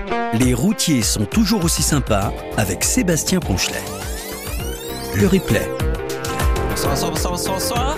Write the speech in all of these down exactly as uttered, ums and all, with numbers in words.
Les routiers sont toujours aussi sympas avec Sébastien Ponchelet. Le replay. Bonsoir, bonsoir, bonsoir, bonsoir, bonsoir.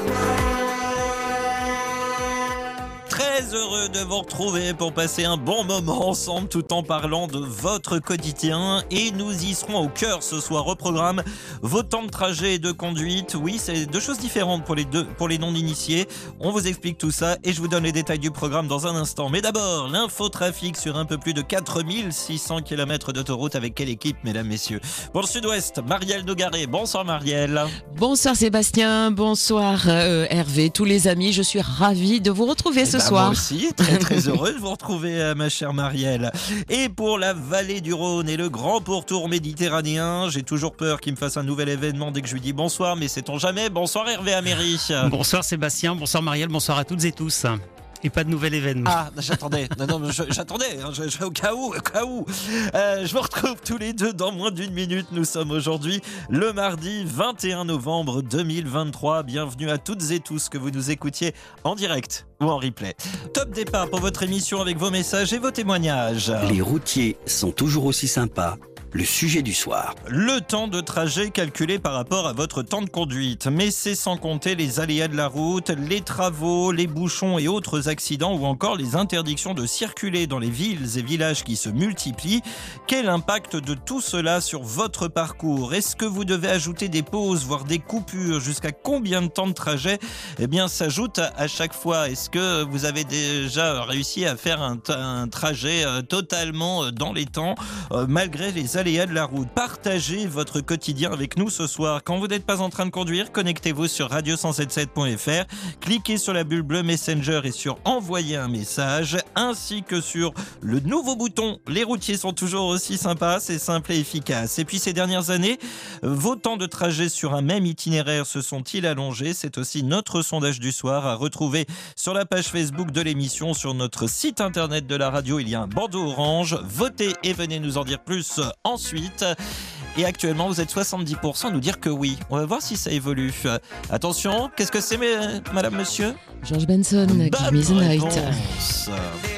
Très heureux de vous retrouver pour passer un bon moment ensemble tout en parlant de votre quotidien, et nous y serons au cœur ce soir au programme. Vos temps de trajet et de conduite, oui, c'est deux choses différentes pour les deux, pour les non-initiés. On vous explique tout ça et je vous donne les détails du programme dans un instant. Mais d'abord, l'infotrafic sur un peu plus de quatre mille six cents kilomètres d'autoroute. Avec quelle équipe, mesdames, messieurs? Pour le sud-ouest, Marielle Nogaret. Bonsoir Marielle. Bonsoir Sébastien, bonsoir euh, Hervé, tous les amis, je suis ravie de vous retrouver Eh ce ben, soir. Moi aussi, très très heureux de vous retrouver, euh, ma chère Marielle. Et pour la vallée du Rhône et le grand pourtour méditerranéen, j'ai toujours peur qu'il me fasse un nouvel événement dès que je lui dis bonsoir, mais sait-on jamais. Bonsoir Hervé Améry. Bonsoir Sébastien, bonsoir Marielle, bonsoir à toutes et tous. Et pas de nouvel événement. Ah, j'attendais. Non, non, je- j'attendais. hein, je- je- au cas où, au cas où. Euh, je vous retrouve tous les deux dans moins d'une minute. Nous sommes aujourd'hui le mardi vingt et un novembre deux mille vingt-trois. Bienvenue à toutes et tous, que vous nous écoutiez en direct ou en replay. Top départ pour votre émission avec vos messages et vos témoignages. Les routiers sont toujours aussi sympas. Le sujet du soir. Le temps de trajet calculé par rapport à votre temps de conduite. Mais c'est sans compter les aléas de la route, les travaux, les bouchons et autres accidents, ou encore les interdictions de circuler dans les villes et villages qui se multiplient. Quel impact de tout cela sur votre parcours? Est-ce que vous devez ajouter des pauses, voire des coupures? Jusqu'à combien de temps de trajet eh bien, s'ajoute à chaque fois? Est-ce que vous avez déjà réussi à faire un, t- un trajet euh, totalement euh, dans les temps, euh, malgré les aléas de la route? Partagez votre quotidien avec nous ce soir. Quand vous n'êtes pas en train de conduire, connectez-vous sur radio cent soixante-dix-sept point f r, cliquez sur la bulle bleue Messenger et sur envoyer un message, ainsi que sur le nouveau bouton. Les routiers sont toujours aussi sympas, c'est simple et efficace. Et puis ces dernières années, vos temps de trajet sur un même itinéraire se sont-ils allongés? C'est aussi notre sondage du soir à retrouver sur la page Facebook de l'émission, sur notre site internet de la radio. Il y a un bandeau orange. Votez et venez nous en dire plus ensuite. Et actuellement, vous êtes soixante-dix pour cent à nous dire que oui. On va voir si ça évolue. Attention, qu'est-ce que c'est, mais- madame, monsieur? George Benson, Give Me the Bonne Night. réponse.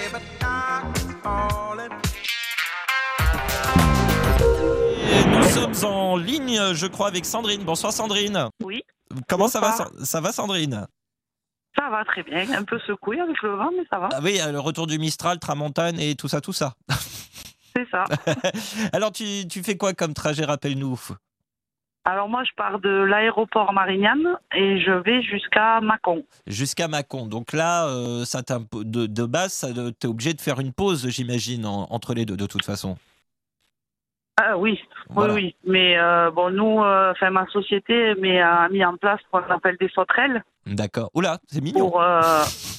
Et nous sommes en ligne, je crois, avec Sandrine. Bonsoir Sandrine. Oui, Comment ça va, Bonsoir. Sa- ça va Sandrine? ça va très bien. Un peu secoué avec le vent, mais ça va. Ah oui, le retour du Mistral, Tramontane et tout ça, tout ça. C'est ça. Alors, tu, tu fais quoi comme trajet, rappelle-nous? Alors moi, je pars de l'aéroport Marignane et je vais jusqu'à Mâcon. Jusqu'à Mâcon. Donc là, euh, ça t'impo- de, de base, tu es obligé de faire une pause, j'imagine, en- entre les deux, de toute façon. Ah oui, Voilà. oui, oui. Mais euh, bon, nous, euh, enfin ma société mais, a mis en place ce qu'on appelle des sauterelles D'accord. Oula, c'est mignon. pour... Euh...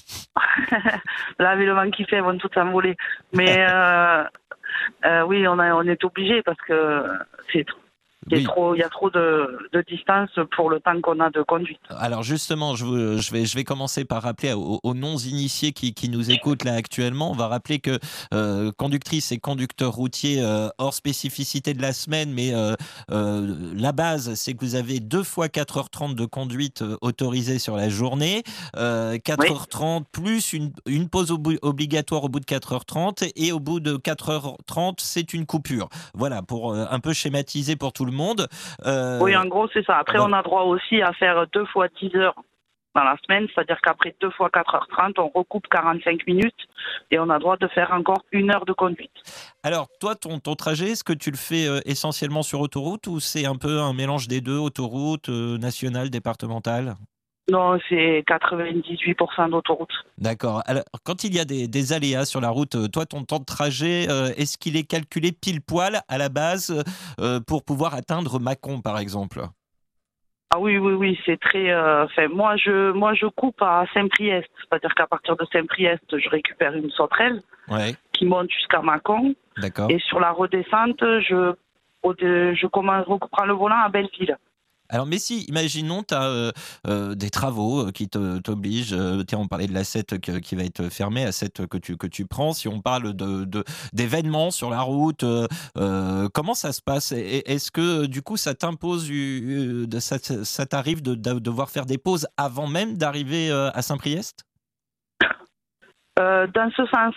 Là, avec le vent qui fait, elles vont toutes s'envoler. Mais euh, euh, oui, on, a, on est obligé parce que c'est il y a Oui. trop, il y a trop de, de distance pour le temps qu'on a de conduite. Alors justement, je, veux- je, vais, je vais commencer par rappeler aux, aux non-initiés qui, qui nous écoutent là actuellement. On va rappeler que euh, conductrices et conducteurs routiers, euh, hors spécificité de la semaine, mais euh, euh, la base, c'est que vous avez deux fois quatre heures trente de conduite euh, autorisée sur la journée, euh, quatre heures trente plus une, une pause ob- obligatoire au bout de quatre heures trente, et au bout de quatre heures trente, c'est une coupure. Voilà, pour euh, un peu schématiser pour tout le monde. Euh, Oui, en gros, c'est ça. Après, voilà. on a droit aussi à faire deux fois dix heures dans la semaine, c'est-à-dire qu'après deux fois quatre heures trente, on recoupe quarante-cinq minutes et on a droit de faire encore une heure de conduite. Alors, toi, ton, ton trajet, est-ce que tu le fais euh, essentiellement sur autoroute, ou c'est un peu un mélange des deux, autoroute, euh, nationale, départementale? Non, c'est quatre-vingt-dix-huit pour cent d'autoroute. D'accord. Alors, quand il y a des, des aléas sur la route, euh, toi, ton temps de trajet, euh, est-ce qu'il est calculé pile poil à la base euh, pour pouvoir atteindre Mâcon, par exemple? Ah oui, oui, oui, c'est très... euh, Enfin, moi, je, moi, je coupe à Saint-Priest, c'est-à-dire qu'à partir de Saint-Priest, je récupère une sauterelle Ouais, qui monte jusqu'à Mâcon d'accord. et sur la redescente, je, au- je commence, je reprends le volant à Belleville. Alors, mais si, imaginons, tu as euh, euh, des travaux euh, qui te- t'obligent. Euh, tiens, on parlait de l'A sept que- qui va être fermée, A sept que tu, que tu prends. Si on parle de, de- d'événements sur la route, euh, euh, comment ça se passe? Et- Est-ce que, du coup, ça t'impose, euh, de- ça, ça t'arrive de, de devoir faire des pauses avant même d'arriver euh, à Saint-Priest? Euh, dans ce sens-là,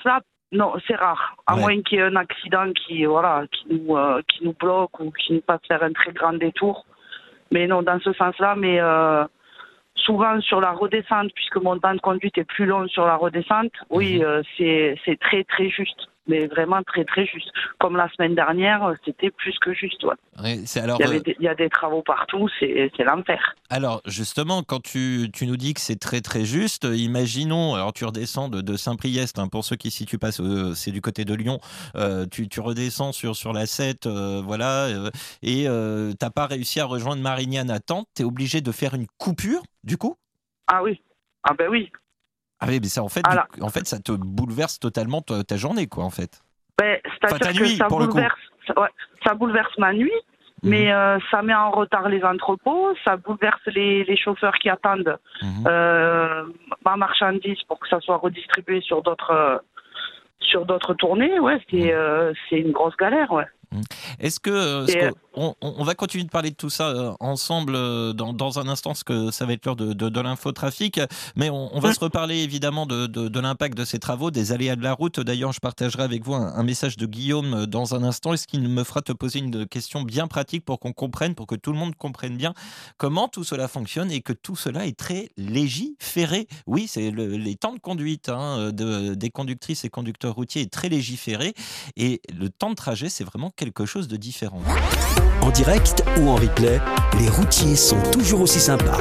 non, c'est rare. À Ouais. moins qu'il y ait un accident qui, voilà, qui nous, euh, qui nous bloque ou qui nous fasse faire un très grand détour. Mais non, dans ce sens-là, mais euh, souvent sur la redescente, puisque mon temps de conduite est plus long sur la redescente, oui, Mhm. euh, c'est, c'est très très juste. Mais vraiment très très juste. Comme la semaine dernière, c'était plus que juste. Ouais. Ouais, c'est alors, Il y, avait euh, des, il y a des travaux partout, c'est, c'est l'enfer. alors justement, quand tu, tu nous dis que c'est très très juste, euh, imaginons, alors tu redescends de, de Saint-Priest, hein, pour ceux qui ne situent pas, euh, c'est du côté de Lyon, euh, tu, tu redescends sur, sur la sept, euh, voilà, euh, et euh, t'as pas réussi à rejoindre Marignane à temps, tu es obligé de faire une coupure, du coup? Ah oui, ah ben oui. Ah oui, mais ça, en fait, Ah du- là. en fait, ça te bouleverse totalement ta, ta journée, quoi, en fait. Ben, Enfin, ta c'est-à-dire que nuit, ça pour le coup. bouleverse, ça, ouais, ça bouleverse ma nuit, Mhm. mais euh, ça met en retard les entrepôts, ça bouleverse les, les chauffeurs qui attendent Mhm. euh, ma marchandise pour que ça soit redistribué sur d'autres euh, sur d'autres tournées. Ouais, c'est euh, c'est une grosse galère. Ouais. Est-ce que, euh, ce Et, que- euh, on, on- on va continuer de parler de tout ça euh, ensemble euh, dans, dans un instant, parce que ça va être l'heure de, de, de l'infotrafic, mais on, on va Mm. se reparler évidemment de, de, de l'impact de ces travaux, des aléas de la route. D'ailleurs, je partagerai avec vous un, un message de Guillaume euh, dans un instant, et ce qui me fera te poser une question bien pratique pour qu'on comprenne, pour que tout le monde comprenne bien comment tout cela fonctionne et que tout cela est très légiféré. Oui, c'est le- les temps de conduite hein, de, des conductrices et conducteurs routiers est très légiféré, et le temps de trajet, c'est vraiment quelque chose de différent. En direct ou en replay, les routiers sont toujours aussi sympas.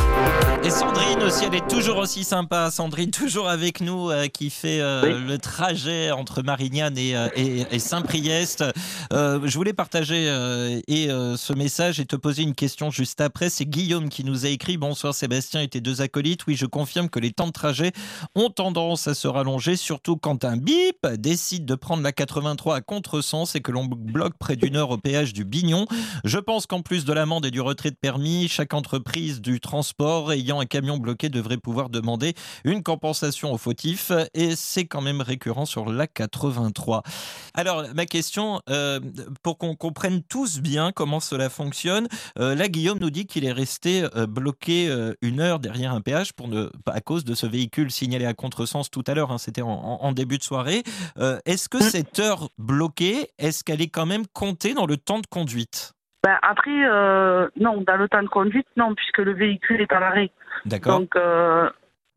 Et Sandrine aussi, elle est toujours aussi sympa. Sandrine, toujours avec nous, euh, qui fait euh, Oui. le trajet entre Marignane et, euh, et, et Saint-Priest. Euh, je voulais partager euh, et, euh, ce message et te poser une question juste après. C'est Guillaume qui nous a écrit: bonsoir Sébastien et tes deux acolytes. Oui, je confirme que les temps de trajet ont tendance à se rallonger, surtout quand un bip décide de prendre la quatre-vingt-trois à contresens et que l'on bloque près d'une heure au péage du Bignon. Je pense qu'en plus de l'amende et du retrait de permis, chaque entreprise du transport ayant un camion bloqué devrait pouvoir demander une compensation aux fautifs, et c'est quand même récurrent sur la quatre-vingt-trois. Alors, ma question, euh, pour qu'on comprenne tous bien comment cela fonctionne, euh, là, Guillaume nous dit qu'il est resté euh, bloqué euh, une heure derrière un péage pour ne, à cause de ce véhicule signalé à contresens tout à l'heure, hein, c'était en, en- en début de soirée. Euh, est-ce que Mm. cette heure bloquée, est-ce qu'elle est quand même comptée dans le temps de conduite? ben, après, euh, non, dans le temps de conduite, non, puisque le véhicule est à l'arrêt. D'accord. Donc euh,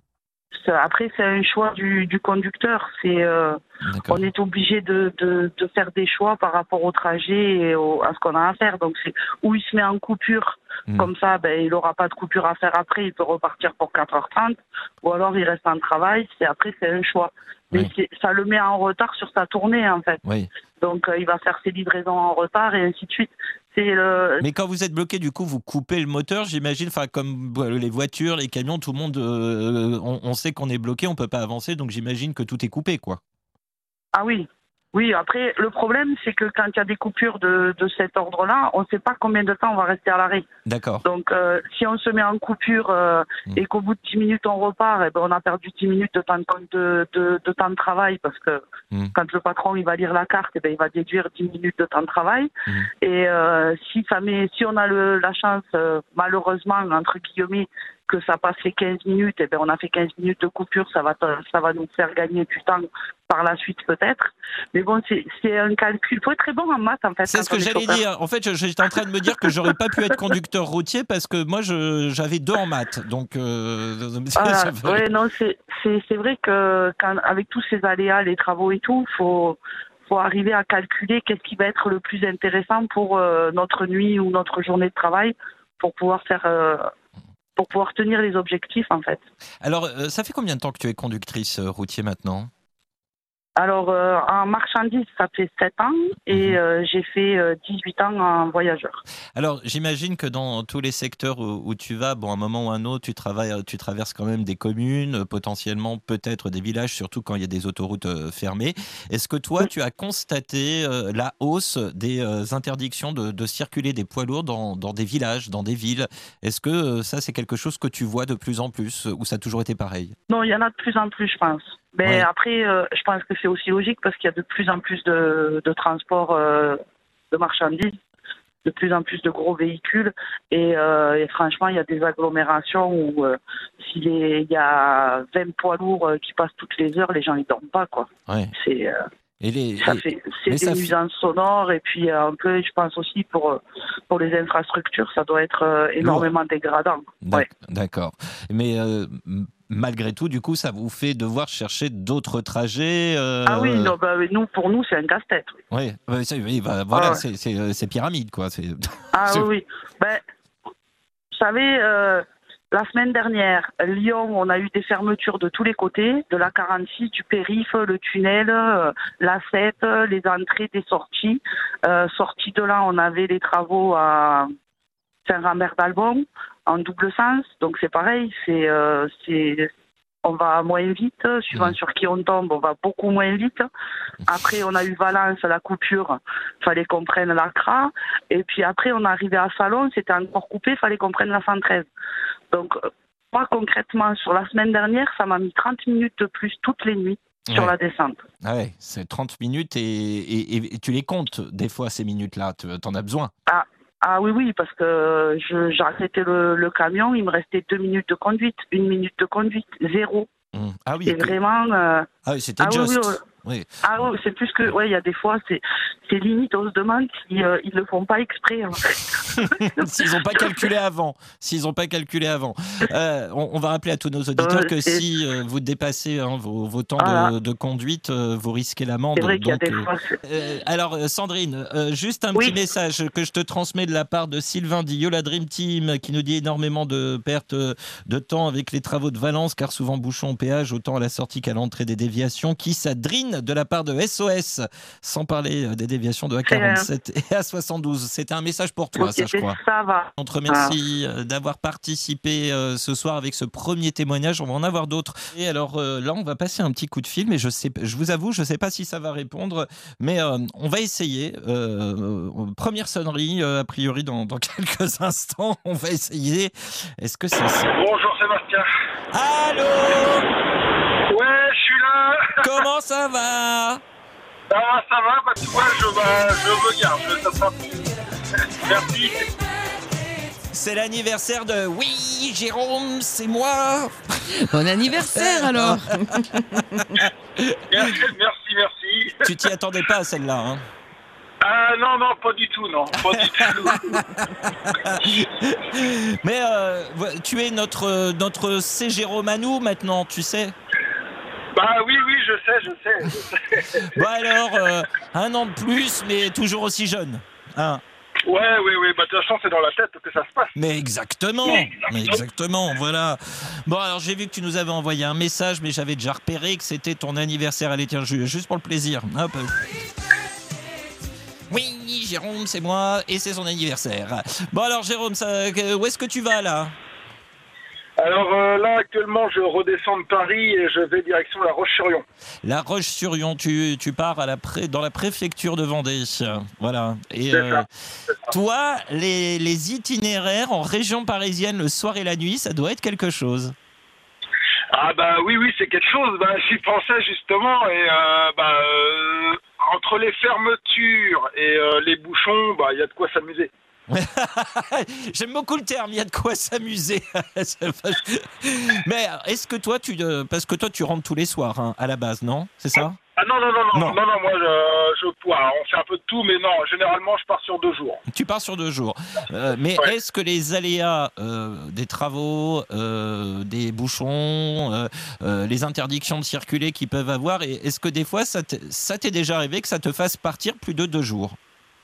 ça- après, c'est un choix du, du conducteur. C'est euh, D'accord. on est obligé de, de, de faire des choix par rapport au trajet et au, à ce qu'on a à faire. Donc, c'est où il se met en coupure, Mm. comme ça, ben, il n'aura pas de coupure à faire après, il peut repartir pour quatre heures trente, ou alors il reste en travail. C'est, après, c'est un choix. Mais Oui. c'est, ça le met en retard sur sa tournée, en fait. Oui. Donc, euh, il va faire ses livraisons en retard et ainsi de suite. C'est le, Mais quand vous êtes bloqué, du coup, vous coupez le moteur, j'imagine. Enfin, comme euh, les voitures, les camions, tout le monde, euh, on, on sait qu'on est bloqué, on peut pas avancer, donc j'imagine que tout est coupé, quoi. Ah oui. Oui, après, le problème, c'est que quand il y a des coupures de, de cet ordre-là, on ne sait pas combien de temps on va rester à l'arrêt. D'accord. Donc, euh, si on se met en coupure euh, Mm. et qu'au bout de dix minutes, on repart, eh ben, on a perdu dix minutes de temps de, de, de, de temps de travail parce que Mm. quand le patron il va lire la carte, eh ben, il va déduire dix minutes de temps de travail. Mm. Et euh, si, ça met, si on a le, la chance, euh, malheureusement, entre guillemets, que ça passe les quinze minutes, eh ben, on a fait quinze minutes de coupure, ça va, te- ça va nous faire gagner du temps par la suite peut-être. Mais bon, c'est, c'est un calcul. Il faut être très bon en maths en fait. C'est quand ce que on est j'allais chauffeur. dire. En fait, je- j'étais en train de me dire que j'aurais pas pu être conducteur routier parce que moi, je- j'avais deux en maths. Donc, euh, Voilà. ça fait- Ouais, non, c'est, c'est, c'est vrai que quand, avec tous ces aléas, les travaux et tout, faut, faut arriver à calculer qu'est-ce qui va être le plus intéressant pour euh, notre nuit ou notre journée de travail pour pouvoir faire, euh, pour pouvoir tenir les objectifs en fait. Alors, euh, ça fait combien de temps que tu es conductrice euh, routier maintenant? Alors, euh, en marchandise, ça fait sept ans et Mhm. euh, j'ai fait euh, dix-huit ans en voyageur. Alors, j'imagine que dans tous les secteurs où, où tu vas, bon, à un moment ou un autre, tu travailles, tu traverses quand même des communes, euh, potentiellement peut-être des villages, surtout quand il y a des autoroutes euh, fermées. Est-ce que toi, Oui. tu as constaté euh, la hausse des euh, interdictions de, de circuler des poids lourds dans, dans des villages, dans des villes? Est-ce que euh, ça, c'est quelque chose que tu vois de plus en plus, ou ça a toujours été pareil? Non, il y en a de plus en plus, je pense. Mais Ouais. après, euh, je pense que c'est aussi logique parce qu'il y a de plus en plus de, de transports euh, de marchandises. de plus en plus de gros véhicules et, euh, et franchement, il y a des agglomérations où euh, s'il est- il y a vingt poids lourds euh, qui passent toutes les heures, les gens ils dorment pas quoi. Ouais. C'est euh, Et les, ça et- fait mais c'est ça des fait- nuisances sonores et puis euh, un peu, je pense aussi pour euh, pour les infrastructures, ça doit être euh, énormément dégradant. D'ac- Ouais. D'accord. Mais euh, m- malgré tout, du coup, ça vous fait devoir chercher d'autres trajets. euh, Ah oui, non, bah, nous pour nous c'est un casse-tête. Oui. Ouais, ouais, ça, oui, bah, voilà, Ah ouais. c'est, c'est, euh, c'est pyramide, quoi. C'est... Ah c'est- oui, oui. Ben, vous savez, euh, la semaine dernière, Lyon, on a eu des fermetures de tous les côtés, de la quarante-six, du périph', le tunnel, euh, l'A sept, les entrées, des sorties. Euh, sortie de là, on avait les travaux à Saint-Rambert d'Albon en double sens. Donc c'est pareil, c'est, euh, c'est, on va moins vite, suivant Mmh. sur qui on tombe, on va beaucoup moins vite. Après, on a eu Valence, la coupure, fallait qu'on prenne l'Acra. Et puis après, on est arrivé à Salon, c'était encore coupé, fallait qu'on prenne la cent treize. Donc, euh, moi, concrètement, sur la semaine dernière, ça m'a mis trente minutes de plus toutes les nuits sur Ouais. la descente. Ah ouais, c'est trente minutes et, et- et tu les comptes des fois, ces minutes-là. Tu en as besoin. Ah, ah oui, oui, parce que je, j'ai arrêté le, le camion, il me restait deux minutes de conduite, une minute de conduite, zéro. Mmh. Ah oui, C'est que- vraiment... euh, ah oui, c'était ah oui, juste. oui, oui. Oui. Ah oui, c'est plus que... Ouais, il y a des fois, c'est, c'est limite, on se demande s'ils euh, ils le font pas exprès. hein. S'ils n'ont pas calculé avant, s'ils n'ont pas calculé avant. Euh, on, on va rappeler à tous nos auditeurs Euh, que c'est- si euh, vous dépassez hein, vos, vos temps Voilà. de, de conduite, euh, vous risquez l'amende. C'est vrai qu'il y a Donc, des euh, fois... c'est- Euh, alors, euh, Sandrine, euh, juste un Oui. petit message que je te transmets de la part de Sylvain Dillot, la Dream Team, qui nous dit énormément de pertes euh, de temps avec les travaux de Valence, car souvent bouchon au péage, autant à la sortie qu'à l'entrée des déviations, qui s'adrine de la part de S O S, sans parler euh, des déviations de A quarante-sept et A soixante-douze. C'était un message pour toi, Ok, ça, je crois. ça va. On te remercie euh, d'avoir participé euh, ce soir avec ce premier témoignage. On va en avoir d'autres. Et alors euh, là, on va passer un petit coup de fil, mais je sais, je vous avoue, je ne sais pas si ça va répondre, mais euh, on va essayer. Euh, euh, première sonnerie, euh, a priori dans, dans quelques instants, on va essayer. Est-ce que c'est ça? Bonjour Sébastien. Allô? Ouais, je suis là. Comment ça va? Ah, ça va, bah tu vois, je, bah, je me garde. Ça sera... Merci. C'est l'anniversaire de... Oui, Jérôme, c'est moi. Bon anniversaire alors. Merci, merci, merci. Tu t'y attendais pas à celle-là, hein? Ah non, non, pas du tout, non. Pas du tout. Mais euh, tu es notre, notre C. Jérôme à nous maintenant, tu sais. Bah oui, oui, je sais, je sais. Je sais. Bon alors, euh, un an de plus, mais toujours aussi jeune. Hein. Ouais, oui, oui, bah de toute façon, c'est dans la tête que ça se passe. Mais exactement, mais exactement, voilà. Bon alors j'ai vu que tu nous avais envoyé un message, mais j'avais déjà repéré que c'était ton anniversaire. Allez tiens, ju- juste pour le plaisir. Hop. Oui, Jérôme, c'est moi, et c'est son anniversaire. Bon alors Jérôme, ça, où est-ce que tu vas là? Alors euh, là, actuellement, je redescends de Paris et je vais direction La Roche-sur-Yon. La Roche-sur-Yon, tu, tu pars à la pré, dans la préfecture de Vendée. Voilà. Et C'est euh, ça, c'est ça. toi, les, les itinéraires en région parisienne le soir et la nuit, ça doit être quelque chose. Ah bah oui, oui, c'est quelque chose. Bah, j'y pensais justement et euh, bah, euh, entre les fermetures et euh, les bouchons, bah il y a de quoi s'amuser. J'aime beaucoup le terme, il y a de quoi s'amuser. Mais est-ce que toi, tu, euh, parce que toi, tu rentres tous les soirs hein, à la base, non? C'est ça? Ah non, non, non, non, Non. non, non, moi je, je alors, on fait un peu de tout, mais non, généralement je pars sur deux jours. Tu pars sur deux jours. Euh, mais Ouais. est-ce que les aléas euh, des travaux, euh, des bouchons, euh, euh, les interdictions de circuler qu'ils peuvent avoir, et est-ce que des fois ça t'est, ça t'est déjà arrivé que ça te fasse partir plus de deux jours?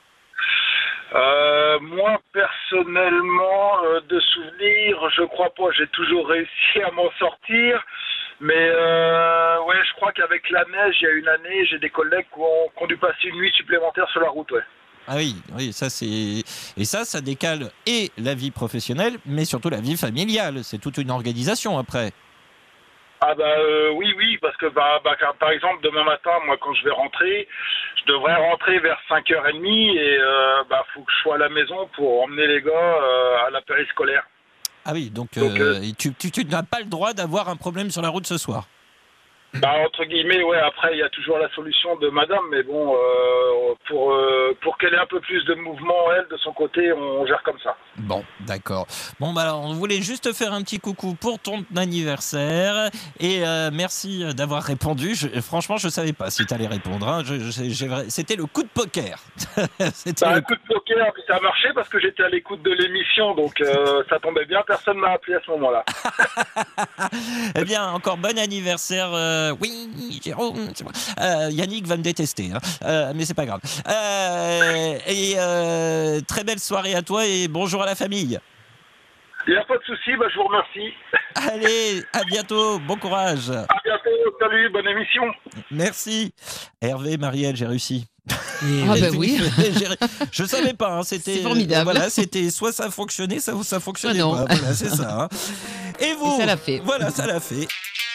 Euh, moi personnellement, euh, de souvenirs, je crois pas, j'ai toujours réussi à m'en sortir. Mais euh, ouais, je crois qu'avec la neige, il y a une année, j'ai des collègues qui ont, qui ont dû passer une nuit supplémentaire sur la route, ouais. Ah oui, oui, ça c'est et ça, ça décale et la vie professionnelle, mais surtout la vie familiale. C'est toute une organisation après. Ah bah euh, oui, oui, parce que bah, bah, car, par exemple, demain matin, moi quand je vais rentrer, je devrais rentrer vers cinq heures trente et euh, bah faut que je sois à la maison pour emmener les gars euh, à la périscolaire. Ah oui, donc, Donc, euh, euh, tu, tu, tu n'as pas le droit d'avoir un problème sur la route ce soir. Bah entre guillemets, ouais, après il y a toujours la solution de madame, mais bon, euh, pour, euh, pour pour qu'elle ait un peu plus de mouvement, elle, de son côté, on gère comme ça. Bon, d'accord. Bon, bah alors, on voulait juste faire un petit coucou pour ton anniversaire et euh, merci d'avoir répondu. Je, franchement, je savais pas si tu allais répondre. Hein. Je, je, j'ai, c'était le coup de poker. c'était Bah, le un coup de poker, puis ça a marché parce que j'étais à l'écoute de l'émission, donc euh, ça tombait bien, personne m'a appelé à ce moment-là. Eh bien, encore bon anniversaire. Euh, oui, Jérôme. C'est bon. Euh, Yannick va me détester, hein. euh, mais c'est pas grave. Euh, et euh, très belle soirée à toi et bonjour à la famille. Il n'y a pas de souci, bah, je vous remercie. Allez, à bientôt, bon courage. À bientôt, salut, bonne émission. Merci. Hervé, Marielle, j'ai réussi. Ah bah oui. Je savais pas, hein, c'était C'est formidable. Voilà, c'était soit ça fonctionnait, ça ça fonctionnait Ah non. pas. Voilà, c'est ça. Hein. Et vous Et ça l'a fait. Voilà, ça l'a fait.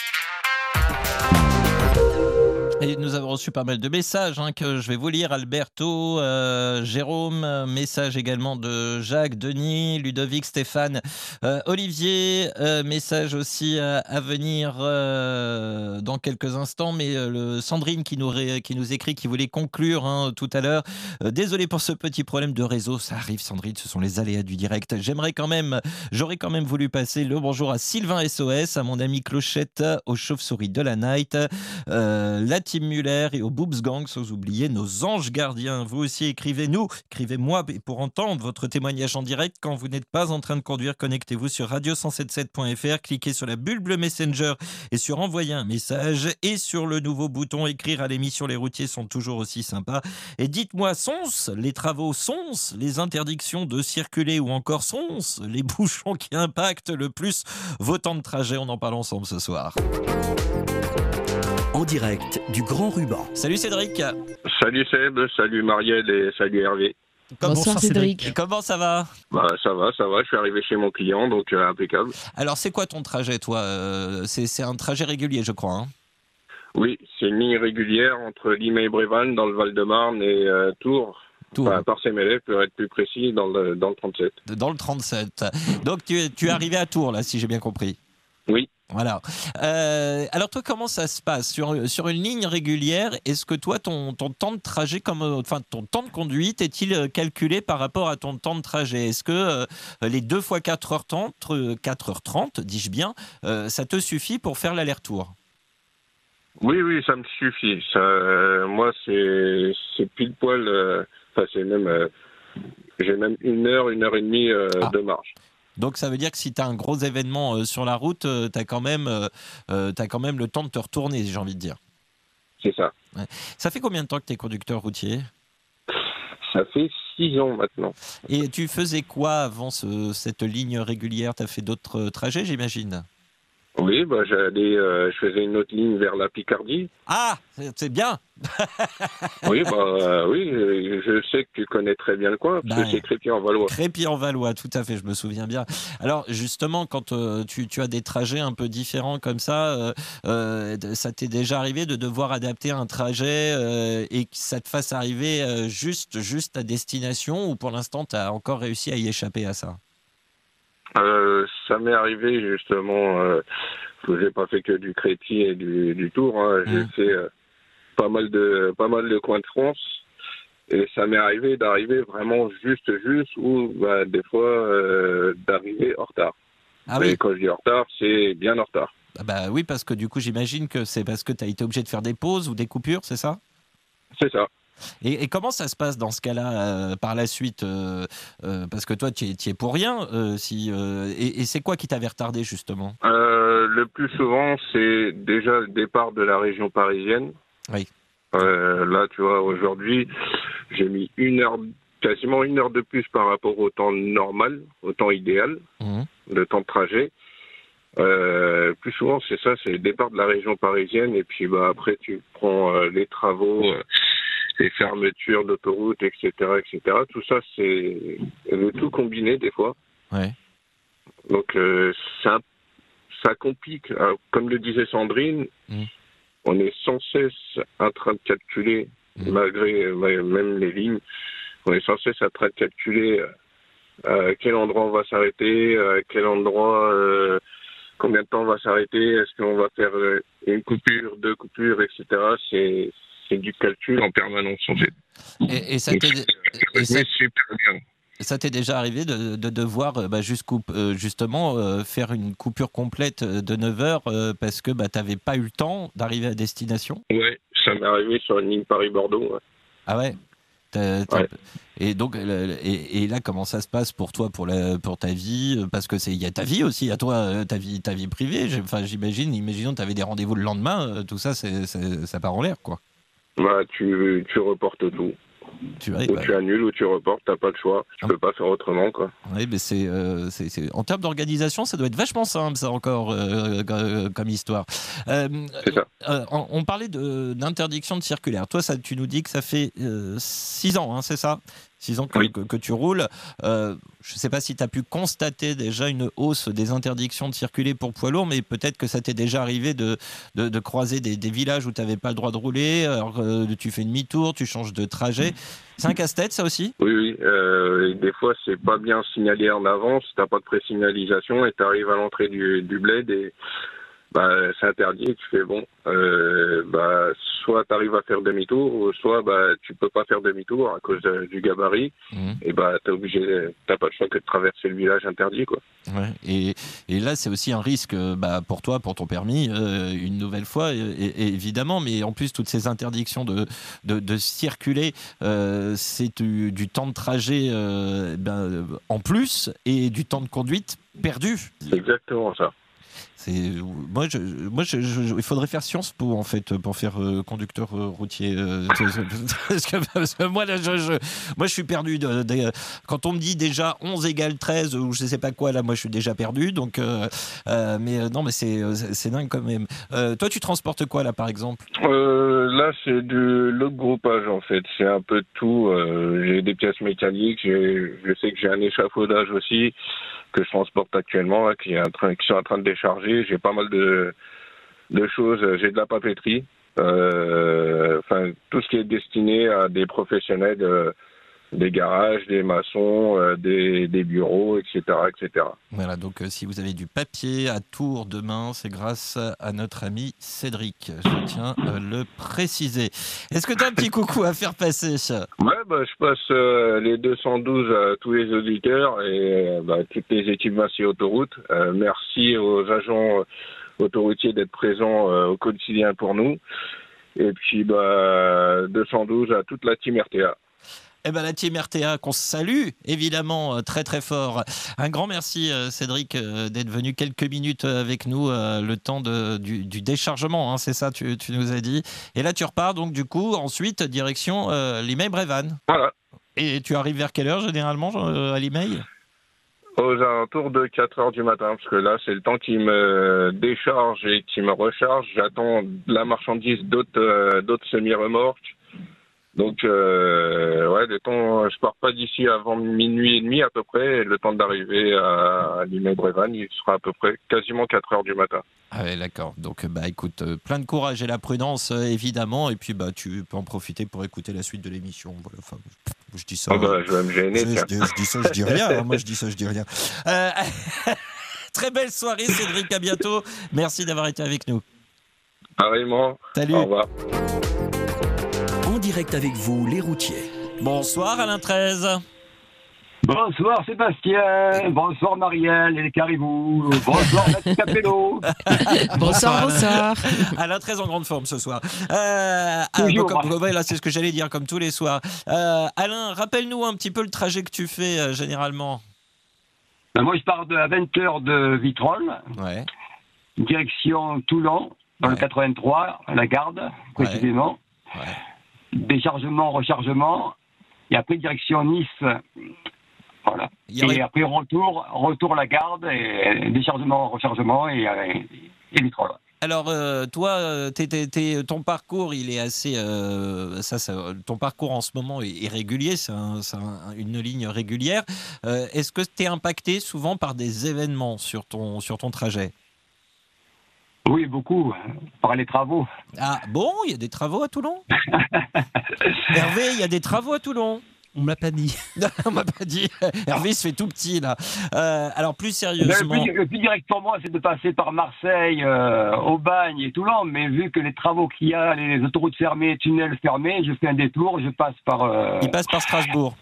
Et nous avons reçu pas mal de messages hein, que je vais vous lire. Alberto, euh, Jérôme, message également de Jacques, Denis, Ludovic, Stéphane, euh, Olivier, euh, message aussi euh, à venir euh, dans quelques instants. Mais euh, le Sandrine qui nous, ré, qui nous écrit, qui voulait conclure hein, tout à l'heure. Euh, désolé pour ce petit problème de réseau, ça arrive Sandrine, ce sont les aléas du direct. J'aimerais quand même, j'aurais quand même voulu passer le bonjour à Sylvain S O S, à mon ami Clochette, aux chauves-souris de la night, euh, la Tim Muller et au Boobs Gang, sans oublier nos anges gardiens. Vous aussi, écrivez-nous, écrivez-moi pour entendre votre témoignage en direct. Quand vous n'êtes pas en train de conduire, connectez-vous sur radio cent soixante-dix-sept point f r, cliquez sur la bulle bleue Messenger et sur envoyer un message et sur le nouveau bouton écrire à l'émission. Les routiers sont toujours aussi sympas. Et dites-moi, sont les travaux, sont les interdictions de circuler ou encore sont les bouchons qui impactent le plus vos temps de trajet? On en parle ensemble ce soir. En direct du Grand Ruban. Salut Cédric. Salut Seb, salut Marielle et salut Hervé. Comment, Bonsoir Cédric. Et comment ça va? Bah ça va, ça va, je suis arrivé chez mon client, donc euh, impeccable. Alors c'est quoi ton trajet toi? euh, c'est, c'est un trajet régulier je crois hein? Oui, c'est une ligne régulière entre Limay et Brévannes dans le Val-de-Marne et euh, Tours. Tours. Enfin, Parcé-Mélé, pour être plus précis, dans le, dans le trente-sept. Dans le trente-sept. Donc tu es, tu es arrivé à Tours là si j'ai bien compris. Oui. Voilà. Euh, alors toi, comment ça se passe sur, sur une ligne régulière? Est-ce que toi, ton, ton temps de trajet, comme, enfin ton temps de conduite, est-il calculé par rapport à ton temps de trajet? Est-ce que euh, les deux fois quatre heures trente, quatre heures trente, dis-je bien, euh, ça te suffit pour faire l'aller-retour? Oui, oui, ça me suffit. Ça, euh, moi, c'est, c'est pile poil. Euh, enfin, c'est même. Euh, j'ai même une heure, une heure et demie euh, ah. de marche. Donc ça veut dire que si tu as un gros événement euh, sur la route, euh, tu as quand même, euh, euh, t'as quand même le temps de te retourner, j'ai envie de dire. C'est ça. Ouais. Ça fait combien de temps que tu es conducteur routier? Ça fait six ans maintenant. Et tu faisais quoi avant ce, cette ligne régulière? Tu as fait d'autres trajets, j'imagine? Oui, bah, j'allais, euh, je faisais une autre ligne vers la Picardie. Ah, c'est, c'est bien. Oui, bah, euh, oui, je sais que tu connais très bien le coin, parce bah, que c'est Crépy-en-Valois. Crépy-en-Valois, tout à fait, je me souviens bien. Alors, justement, quand euh, tu, tu as des trajets un peu différents comme ça, euh, euh, ça t'est déjà arrivé de devoir adapter un trajet euh, et que ça te fasse arriver euh, juste, juste à destination, ou pour l'instant, tu as encore réussi à y échapper à ça? Euh, ça m'est arrivé justement, euh, j'ai pas fait que du Crépy et du, du Tour, hein. J'ai mmh. fait euh, pas mal de pas mal de coins de France et ça m'est arrivé d'arriver vraiment juste juste ou bah, des fois euh, d'arriver en retard. Ah et oui. quand je dis en retard, c'est bien en retard. Ah bah oui, parce que du coup, j'imagine que c'est parce que tu as été obligé de faire des pauses ou des coupures, c'est ça? C'est ça. Et, et comment ça se passe dans ce cas-là euh, par la suite euh, euh, parce que toi, tu y es pour rien. Euh, si, euh, et, et c'est quoi qui t'avait retardé, justement? euh, Le plus souvent, c'est déjà le départ de la région parisienne. Oui. Euh, là, tu vois, aujourd'hui, j'ai mis une heure, quasiment une heure de plus par rapport au temps normal, au temps idéal, Mmh. le temps de trajet. Euh, plus souvent, c'est ça, c'est le départ de la région parisienne. Et puis, bah, après, tu prends euh, les travaux... Euh, les fermetures d'autoroutes, et cetera, et cetera. Tout ça, c'est le tout combiné des fois. Ouais. Donc, euh, ça, ça complique. Alors, comme le disait Sandrine, mmh. on est sans cesse en train de calculer, mmh. malgré même les lignes, on est sans cesse en train de calculer euh, à quel endroit on va s'arrêter, à quel endroit, euh, combien de temps on va s'arrêter, est-ce qu'on va faire une coupure, deux coupures, et cetera. C'est... C'est du calcul en permanence en fait. Et, et ça, t'est, et ça, super bien. ça t'est déjà arrivé de, de devoir bah, jusqu'où, euh, justement euh, faire une coupure complète de neuf heures euh, parce que bah, t'avais pas eu le temps d'arriver à destination? Ouais, ça m'est arrivé sur une ligne Paris-Bordeaux. Ouais. Ah ouais, t'as, t'as... Ouais. Et donc, et, et là, comment ça se passe pour toi, pour, la, pour ta vie? Parce que c'est, il y a ta vie aussi, à toi, ta vie, ta vie privée. Enfin, j'imagine, imaginons, tu avais des rendez-vous le lendemain, tout ça, c'est, c'est, ça part en l'air, quoi. Bah, tu, tu reportes tout. Tu, ouais, ou bah... tu annules ou tu reportes, t'as pas le choix. Tu ah. peux pas faire autrement, quoi. Oui, mais c'est, euh, c'est, c'est... En termes d'organisation, ça doit être vachement simple, ça encore, euh, comme histoire. Euh, c'est ça. Euh, on parlait de, d'interdiction de circulaire. Toi, ça, tu nous dis que ça fait euh, six ans, hein, c'est ça? Six ans que, oui. que, que tu roules. Euh, je ne sais pas si tu as pu constater déjà une hausse des interdictions de circuler pour poids lourds, mais peut-être que ça t'est déjà arrivé de, de, de croiser des, des villages où tu n'avais pas le droit de rouler. Alors, euh, tu fais demi-tour, tu changes de trajet. C'est un casse-tête, ça aussi? Oui, oui. Euh, des fois, c'est pas bien signalé en avance. T'as pas de pré-signalisation et tu arrives à l'entrée du, du bled et bah, c'est interdit. Et tu fais bon. Euh, bah, soit tu arrives à faire demi-tour, soit bah, tu peux pas faire demi-tour à cause de, du gabarit. Mmh. Et bah, t'es obligé, t'as pas le choix que de traverser le village interdit, quoi. Ouais. Et, et là, c'est aussi un risque bah, pour toi, pour ton permis, euh, une nouvelle fois, et, et, évidemment. Mais en plus, toutes ces interdictions de, de, de circuler, euh, c'est du, du temps de trajet euh, ben, en plus et du temps de conduite perdu. C'est exactement ça. C'est, moi, je, moi je, je, il faudrait faire Sciences Po, en fait, pour faire euh, conducteur euh, routier. Euh, parce, que, parce que moi, là, je, je, moi, je suis perdu. De, de, quand on me dit déjà onze égale treize, ou je ne sais pas quoi, là, moi, je suis déjà perdu. Donc, euh, euh, mais euh, non, mais c'est, c'est dingue quand même. Euh, toi, tu transportes quoi, là, par exemple? euh, Là, c'est de l'autre groupage, en fait. C'est un peu de tout. Euh, j'ai des pièces mécaniques. J'ai, je sais que j'ai un échafaudage aussi que je transporte actuellement, là, qui, est en train, qui sont en train de décharger. J'ai pas mal de, de choses. J'ai de la papeterie. Euh, enfin, tout ce qui est destiné à des professionnels, euh, des garages, des maçons, euh, des, des bureaux, et cetera, et cetera. Voilà, donc euh, si vous avez du papier à Tours demain, c'est grâce à notre ami Cédric. Je tiens à le préciser. Est-ce que tu as un petit coucou à faire passer? Ouais, bah, je passe euh, les deux cent douze à tous les auditeurs et bah, toutes les équipes Vinci Autoroute. Euh, merci aux agents autoroutiers d'être présents euh, au quotidien pour nous. Et puis bah, deux cent douze à toute la team R T A. Eh ben, la team R T A qu'on salue évidemment très très fort. Un grand merci Cédric d'être venu quelques minutes avec nous, le temps de, du, du déchargement, hein, c'est ça, tu, tu nous as dit. Et là tu repars donc du coup ensuite direction euh, Limeil-Brévannes. Voilà. Et tu arrives vers quelle heure généralement à Limeil? Aux alentours de quatre heures du matin, parce que là c'est le temps qui me décharge et qui me recharge. J'attends de la marchandise d'autres, euh, d'autres semi-remorques. Donc, euh, ouais, le temps, je pars pas d'ici avant minuit et demi à peu près. Et le temps d'arriver à, à Limeil-Brévannes, il sera à peu près quasiment quatre heures du matin. Ah ouais, d'accord. Donc, bah, écoute, plein de courage et la prudence, évidemment. Et puis, bah, tu peux en profiter pour écouter la suite de l'émission. Voilà, enfin, je dis ça. Oh bah, je vais me gêner. Je, je, je dis ça, je dis rien. Hein. Moi, je dis ça, je dis rien. Euh, très belle soirée, Cédric. À bientôt. Merci d'avoir été avec nous. Pareillement. Salut. Au revoir. En direct avec vous, les routiers. Bonsoir Alain treize. Bonsoir Sébastien, bonsoir Marielle et les caribous, bonsoir Mathieu Capello. Bonsoir, bonsoir. Alain treize en grande forme ce soir. Euh, Toujours. Ah, comme, ouais, là, c'est ce que j'allais dire, comme tous les soirs. Euh, Alain, rappelle-nous un petit peu le trajet que tu fais euh, généralement. Ben moi, je pars de, à vingt heures de Vitrolles, ouais. Direction Toulon, dans ouais. le quatre-vingt-trois, à la Garde, précisément. Ouais. Ouais. Déchargement, rechargement, et après direction Nice. Voilà. Aurait... Et après retour, retour à la Garde, et déchargement, rechargement et, et, et Vitrolles. Alors, euh, toi, t'es, t'es, t'es, ton parcours, il est assez... Euh, ça, ça, ton parcours en ce moment est, est régulier, c'est, un, c'est un, une ligne régulière. Euh, est-ce que tu es impacté souvent par des événements sur ton, sur ton trajet? Oui, beaucoup, par les travaux. Ah bon, il y a des travaux à Toulon? Hervé, il y a des travaux à Toulon? On me l'a pas dit. Non, on m'a pas dit. Hervé se fait tout petit là. Euh, alors plus sérieusement. Le plus, le plus direct pour moi, c'est de passer par Marseille, euh, Aubagne et Toulon. Mais vu que les travaux qu'il y a, les autoroutes fermées, tunnels fermés, je fais un détour, je passe par. Euh... Il passe par Strasbourg.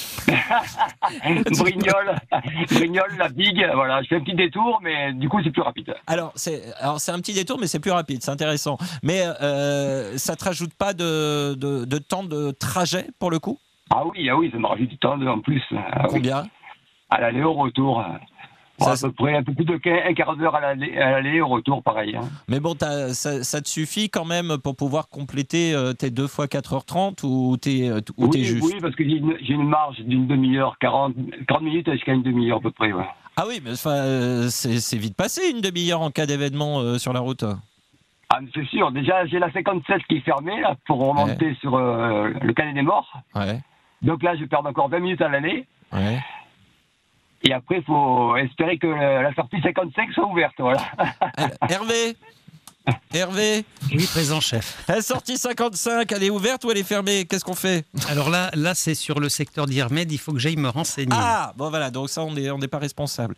Brignoles, Brignoles, la Bigue, voilà, je fais un petit détour, mais du coup c'est plus rapide. Alors c'est, alors c'est un petit détour, mais c'est plus rapide, c'est intéressant. Mais euh, ça te rajoute pas de, de, de temps de trajet pour le coup ? Ah oui, ah oui, ça me rajoute du temps de, en plus. Ah, combien ? Oui. À l'aller au retour. Ça, à peu près un peu plus de un quart d'heure à l'aller, à l'aller au retour, pareil. Hein. Mais bon, ça, ça te suffit quand même pour pouvoir compléter euh, tes deux fois quatre heures trente ou t'es, ou oui, t'es juste ? Oui, parce que j'ai une, j'ai une marge d'une demi-heure, quarante, quarante minutes jusqu'à une demi-heure à peu près. Ouais. Ah oui, mais euh, c'est, c'est vite passé une demi-heure en cas d'événement euh, sur la route. Ah, mais c'est sûr. Déjà, j'ai la cinquante-sept qui est fermée là, pour remonter ouais. sur euh, le Canet des Morts. Ouais. Donc là, je perds encore vingt minutes à l'aller. Ouais. Et après, il faut espérer que la sortie cinquante-cinq soit ouverte. Voilà. Hervé Hervé Oui, présent, chef. La sortie cinquante-cinq, elle est ouverte ou elle est fermée ? Qu'est-ce qu'on fait ? Alors là, là, c'est sur le secteur d'Irmed, il faut que j'aille me renseigner. Ah, bon voilà, donc ça, on n'est on n'est pas responsable.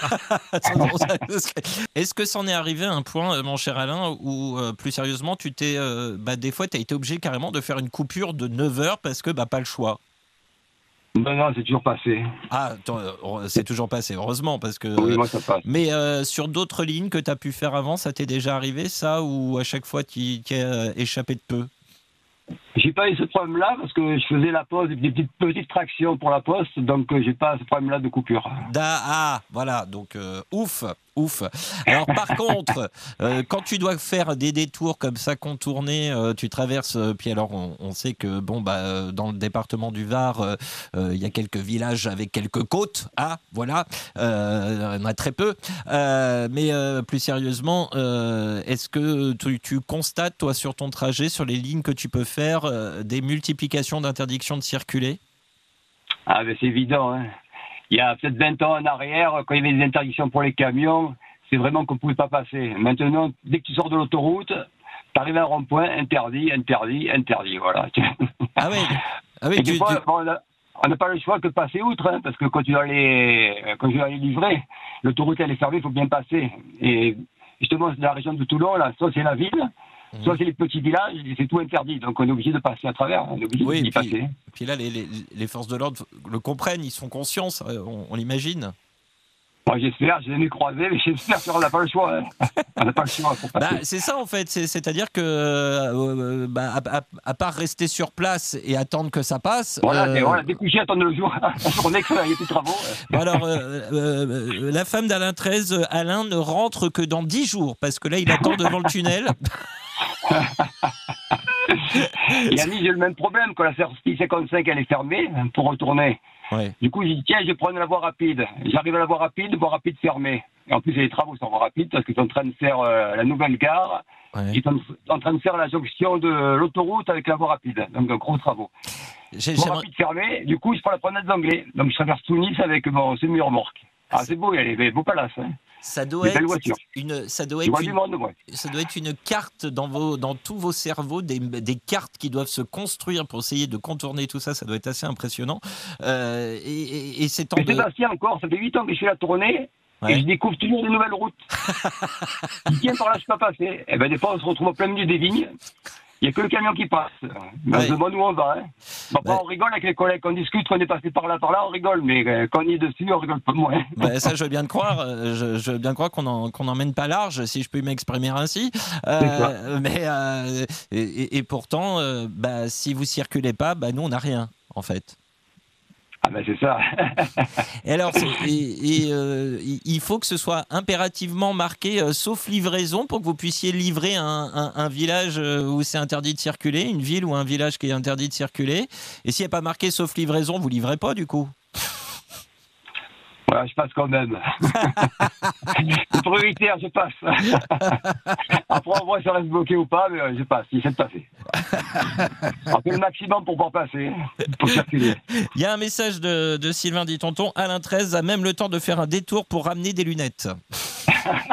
Est-ce que c'en est arrivé à un point, mon cher Alain, où, euh, plus sérieusement, tu t'es, euh, bah, des fois, tu as été obligé carrément de faire une coupure de neuf heures parce que bah, pas le choix ? Non, non, c'est toujours passé. Ah, attends, c'est toujours passé, heureusement, parce que... Oui, moi, ça passe. Mais euh, sur d'autres lignes que tu as pu faire avant, ça t'est déjà arrivé, ça, ou à chaque fois, tu as échappé de peu ? J'ai pas eu ce problème-là, parce que je faisais la pause, des petites, petites tractions pour la poste, donc euh, j'ai pas ce problème-là de coupure. Da, ah, voilà, donc euh, ouf, ouf. Alors par contre, euh, quand tu dois faire des détours comme ça, contourner, euh, tu traverses, euh, puis alors on, on sait que bon bah euh, dans le département du Var, il euh, euh, y a quelques villages avec quelques côtes, ah voilà, euh, il y en a très peu. Euh, mais euh, plus sérieusement, euh, est-ce que tu, tu constates toi sur ton trajet, sur les lignes que tu peux faire, euh, des multiplications d'interdictions de circuler ? Ah ben c'est évident, hein. Il y a peut-être vingt ans en arrière, quand il y avait des interdictions pour les camions, c'est vraiment qu'on ne pouvait pas passer. Maintenant, dès que tu sors de l'autoroute, tu arrives à un rond-point, interdit, interdit, interdit, voilà. Ah oui, ah oui Et tu, des fois, tu... on n'a on n'a pas le choix que de passer outre, hein, parce que quand tu dois aller, quand tu dois aller livrer, l'autoroute elle est fermée, il faut bien passer. Et justement, c'est la région de Toulon, là, soit c'est la ville, mmh. soit c'est les petits villages, c'est tout interdit. Donc on est obligé de passer à travers, on est obligé oui, d'y puis, passer. Puis là, les, les, les forces de l'ordre le comprennent, ils sont conscients, on, on l'imagine. Moi, j'espère, je l'ai croisé, mais j'espère qu'on n'a pas le choix. Hein. On n'a pas le choix pour passer. Bah, c'est ça, en fait. C'est, c'est-à-dire que, euh, bah, à, à, à part rester sur place et attendre que ça passe... Voilà, euh... voilà découcher, attendre le jour. La journée qu'il y a des travaux. Bon, alors, euh, euh, la femme d'Alain treize, Alain, ne rentre que dans dix jours, parce que là, il attend devant le tunnel. Et Annie, j'ai le même problème, quand la sortie cinquante-cinq, elle est fermée, pour retourner. Ouais. Du coup, j'ai dit, tiens, je vais prendre la voie rapide. J'arrive à la voie rapide, voie rapide fermée. Et en plus, il y a des travaux sur la voie rapide parce qu'ils sont en train de faire euh, la nouvelle gare. Ouais. Ils sont en train de faire la jonction de l'autoroute avec la voie rapide. Donc, de gros travaux. J'ai, voie rapide fermée, du coup, je prends la promenade d'Anglais. Donc, je traverse tout Nice avec mon semi-remorque. Ah, c'est beau, il y a des beaux palaces. Hein. Ça doit, être une, ça, doit être une, monde, ouais. ça doit être une carte dans, vos, dans tous vos cerveaux, des, des cartes qui doivent se construire pour essayer de contourner tout ça, ça doit être assez impressionnant. Euh, et, et, et c'est temps Mais de... Sébastien, encore, ça fait huit ans que je fais la tournée, ouais. et je découvre toujours de nouvelles routes. Tiens, par là, je peux pas passer. Et ben, des fois, on se retrouve au plein milieu des vignes. Il n'y a que le camion qui passe. Mais ouais. On se demande où on va. Hein. Bon, ouais. On rigole avec les collègues, on discute, on est passé par là, par là, on rigole. Mais quand on est dessus, on rigole pas moins. Bah, ça, je veux bien te croire. Je, je veux bien croire qu'on en, qu'on emmène pas large, si je peux m'exprimer ainsi. Euh, mais euh, et, et pourtant, euh, bah, si vous circulez pas, bah, nous, on n'a rien, en fait. Ah ben c'est ça. Et alors, c'est, et, et, euh, il faut que ce soit impérativement marqué euh, sauf livraison pour que vous puissiez livrer un, un, un village où c'est interdit de circuler, une ville ou un village qui est interdit de circuler. Et s'il n'y a pas marqué sauf livraison, vous livrez pas du coup. Voilà, je passe quand même. C'est prioritaire, je passe. Après, on voit si ça reste bloqué ou pas, mais je passe, j'essaie de passer. On fait le maximum pour pouvoir passer, pour circuler. Il y a un message de, de Sylvain dit tonton, Alain treize a même le temps de faire un détour pour ramener des lunettes.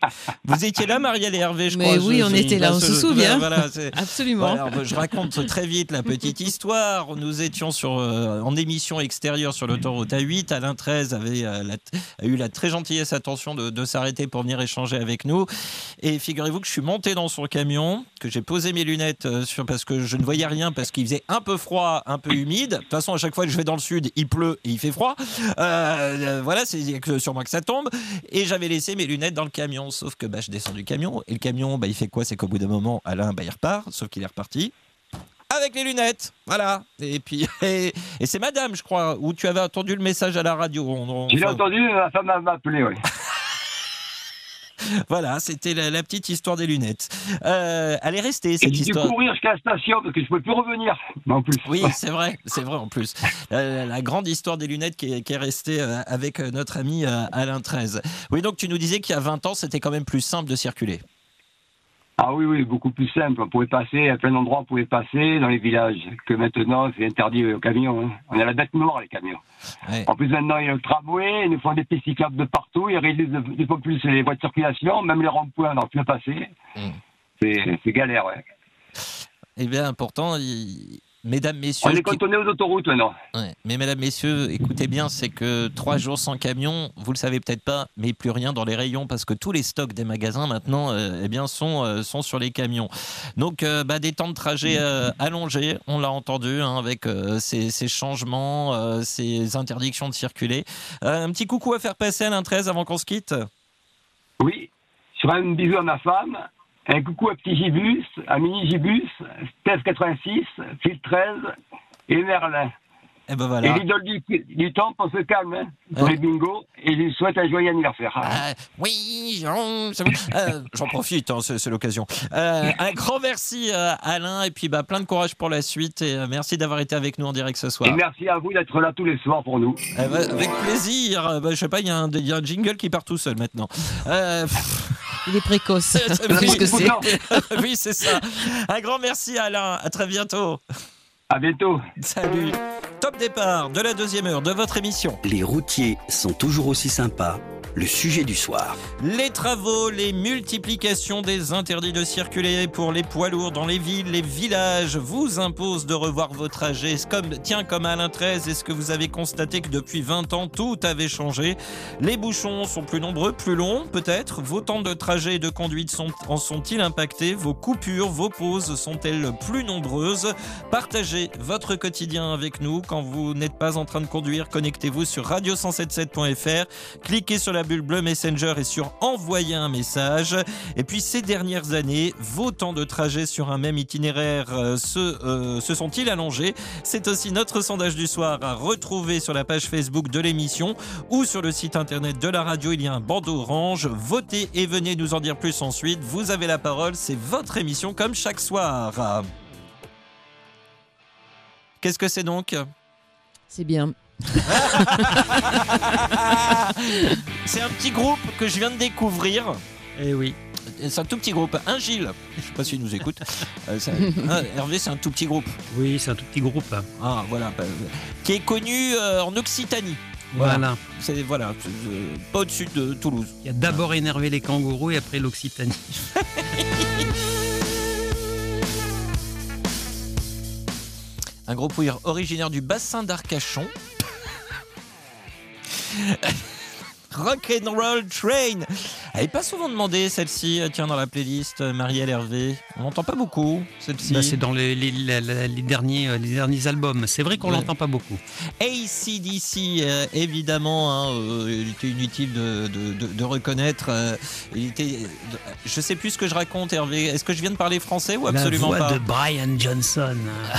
Vous étiez là, Marielle et Hervé, je Mais crois. Mais oui, je, on je, était là, on se souvient. Voilà, Absolument. Voilà, je raconte très vite la petite histoire. Nous étions sur, euh, en émission extérieure sur l'autoroute A huit. Alain treize avait euh, la, a eu la très gentillesse attention de, de s'arrêter pour venir échanger avec nous. Et figurez-vous que je suis monté dans son camion, que j'ai posé mes lunettes euh, sur, parce que je ne voyais rien, parce qu'il faisait un peu froid, un peu humide. De toute façon, à chaque fois que je vais dans le sud, il pleut et il fait froid. Euh, voilà, c'est que sur moi que ça tombe. Et j'avais laissé mes lunettes dans le camion. Sauf que bah, je descends du camion. Et le camion, bah, il fait quoi? C'est qu'au bout d'un moment, Alain, bah, il repart. Sauf qu'il est reparti avec les lunettes. Voilà. Et puis, et, et c'est madame, je crois, où tu avais entendu le message à la radio. On, on, Je l'ai enfin... entendu, ma femme m'a appelé, oui. Voilà, c'était la, la petite histoire des lunettes. Euh, elle est restée, cette et j'ai histoire. J'ai dû courir jusqu'à la station parce que je ne pouvais plus revenir. En plus. Oui, c'est vrai, c'est vrai en plus. La, la grande histoire des lunettes qui est, qui est restée avec notre ami Alain treize. Oui, donc tu nous disais qu'il y a vingt ans, c'était quand même plus simple de circuler. Ah oui, oui, beaucoup plus simple. On pouvait passer, à plein d'endroits, on pouvait passer dans les villages. Que maintenant, c'est interdit aux camions. Hein. On a la bête noire, les camions. Ouais. En plus, maintenant, il y a le tramway, ils nous font des pistes cyclables de partout, ils réduisent de plus en plus les voies de circulation, même les ronds-points, on n'en peut plus passer. Mmh. C'est, c'est galère, ouais. Eh bien, pourtant, il... mesdames, messieurs... On est cantonné aux autoroutes, maintenant. Ouais. Mais mesdames, messieurs, écoutez bien, c'est que trois jours sans camion, vous le savez peut-être pas, mais plus rien dans les rayons, parce que tous les stocks des magasins, maintenant, euh, eh bien, sont, euh, sont sur les camions. Donc, euh, bah, des temps de trajet euh, allongés, on l'a entendu, hein, avec euh, ces, ces changements, euh, ces interdictions de circuler. Euh, un petit coucou à faire passer à Alain treize avant qu'on se quitte. Oui, je ferai un bisou à ma femme. Un coucou à Petit Gibus, à Mini Gibus, Steph quatre-vingt-six, Phil treize et Merlin. Et ben voilà. Et l'idole du, du temps, on se calme, hein, pour ouais. les bingos, et je lui souhaite un joyeux anniversaire. Euh, oui, j'en, euh, j'en profite, hein, c'est, c'est l'occasion. Euh, un grand merci euh, Alain, et puis bah, plein de courage pour la suite, et euh, merci d'avoir été avec nous en direct ce soir. Et merci à vous d'être là tous les soirs pour nous. Euh, bah, avec plaisir, bah, je sais pas, il y, y a un jingle qui part tout seul maintenant. Euh, Il est précoce. Plus que c'est. Oui, c'est ça. Un grand merci Alain, à très bientôt. À bientôt. Salut. Top départ de la deuxième heure de votre émission. Les routiers sont toujours aussi sympas. Le sujet du soir. Les travaux, les multiplications des interdits de circuler pour les poids lourds dans les villes, les villages vous imposent de revoir vos trajets. Comme, tiens, comme Alain treize, est-ce que vous avez constaté que depuis vingt ans, tout avait changé? Les bouchons sont plus nombreux, plus longs peut-être? Vos temps de trajet et de conduite sont, en sont-ils impactés? Vos coupures, vos pauses sont-elles plus nombreuses? Partagez votre quotidien avec nous. Quand vous n'êtes pas en train de conduire, connectez-vous sur radio cent soixante-dix-sept point f r. Cliquez sur la bulle bleue Messenger et sur envoyer un message. Et puis ces dernières années, vos temps de trajet sur un même itinéraire euh, se, euh, se sont-ils allongés? C'est aussi notre sondage du soir à retrouver sur la page Facebook de l'émission ou sur le site internet de la radio. Il y a un bandeau orange. Votez et venez nous en dire plus ensuite. Vous avez la parole, c'est votre émission comme chaque soir. Qu'est-ce que c'est donc? C'est bien. C'est un petit groupe que je viens de découvrir. Eh oui. C'est un tout petit groupe. Un Gilles, je ne sais pas s'il nous écoute. Euh, ça, ah, Hervé, c'est un tout petit groupe. Oui, c'est un tout petit groupe. Ah, voilà. Bah, qui est connu euh, en Occitanie. Voilà. voilà. C'est, voilà, c'est, euh, pas au-dessus de Toulouse. Il y a d'abord énervé les kangourous et après l'Occitanie. Un groupe originaire du bassin d'Arcachon. Rock and Roll Train. Elle n'est pas souvent demandée celle-ci, tiens, dans la playlist Marielle Hervé. On n'entend pas beaucoup celle-ci. Bah, c'est dans les, les, les, les, derniers, les derniers albums. C'est vrai qu'on ne ouais. l'entend pas beaucoup. A C D C, euh, évidemment, hein, euh, il était inutile de, de, de, de reconnaître. Euh, il était, je ne sais plus ce que je raconte, Hervé. Est-ce que je viens de parler français ou absolument pas? La voix de Brian Johnson.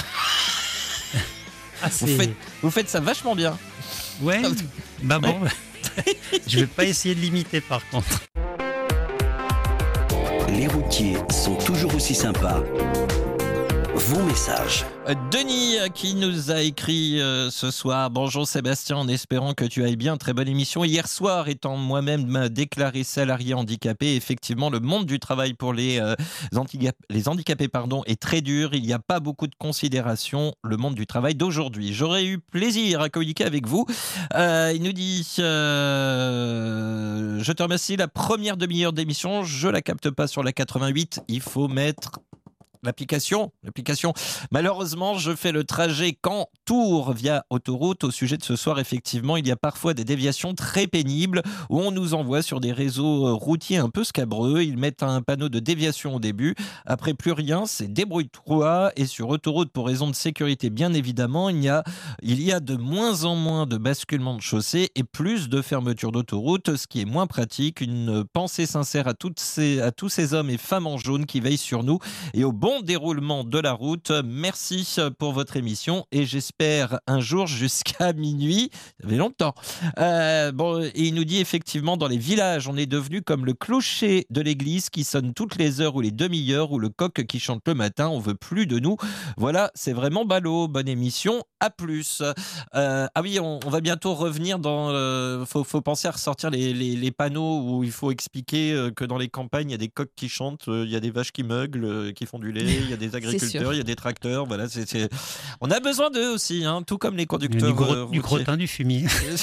Ah, vous, faites, vous faites ça vachement bien. Ouais, bah bon, ouais. Je vais pas essayer de l'imiter par contre. Les routiers sont toujours aussi sympas. vos messages. Denis qui nous a écrit euh, ce soir. Bonjour Sébastien, en espérant que tu ailles bien. Très bonne émission. Hier soir, étant moi-même déclaré salarié handicapé, effectivement, le monde du travail pour les, euh, handicap- les handicapés pardon, est très dur. Il n'y a pas beaucoup de considération. Le monde du travail d'aujourd'hui. J'aurais eu plaisir à communiquer avec vous. Euh, il nous dit euh, je te remercie. La première demi-heure d'émission, je la capte pas sur la quatre-vingt-huit. Il faut mettre L'application, l'application. Malheureusement, je fais le trajet Caen-Tours via autoroute. Au sujet de ce soir, effectivement, il y a parfois des déviations très pénibles où on nous envoie sur des réseaux routiers un peu scabreux. Ils mettent un panneau de déviation au début. Après, plus rien, c'est débrouille-toi. Et sur autoroute, pour raison de sécurité, bien évidemment, il y a, il y a de moins en moins de basculements de chaussée et plus de fermetures d'autoroute, ce qui est moins pratique. Une pensée sincère à, toutes ces, à tous ces hommes et femmes en jaune qui veillent sur nous et au bon Bon déroulement de la route. Merci pour votre émission et j'espère un jour jusqu'à minuit. Ça fait longtemps. Euh, bon, et il nous dit effectivement dans les villages, on est devenu comme le clocher de l'église qui sonne toutes les heures ou les demi-heures ou le coq qui chante le matin. On veut plus de nous. Voilà, c'est vraiment ballot. Bonne émission. À plus. Euh, ah oui, on, on va bientôt revenir dans. Euh, faut, faut penser à ressortir les, les, les panneaux où il faut expliquer que dans les campagnes il y a des coqs qui chantent, il y a des vaches qui meuglent, qui font du lait. Il y a des agriculteurs, il y a des tracteurs. Voilà, c'est, c'est... On a besoin d'eux aussi, hein, tout comme les conducteurs. Du, gros, euh, du crottin, du fumier.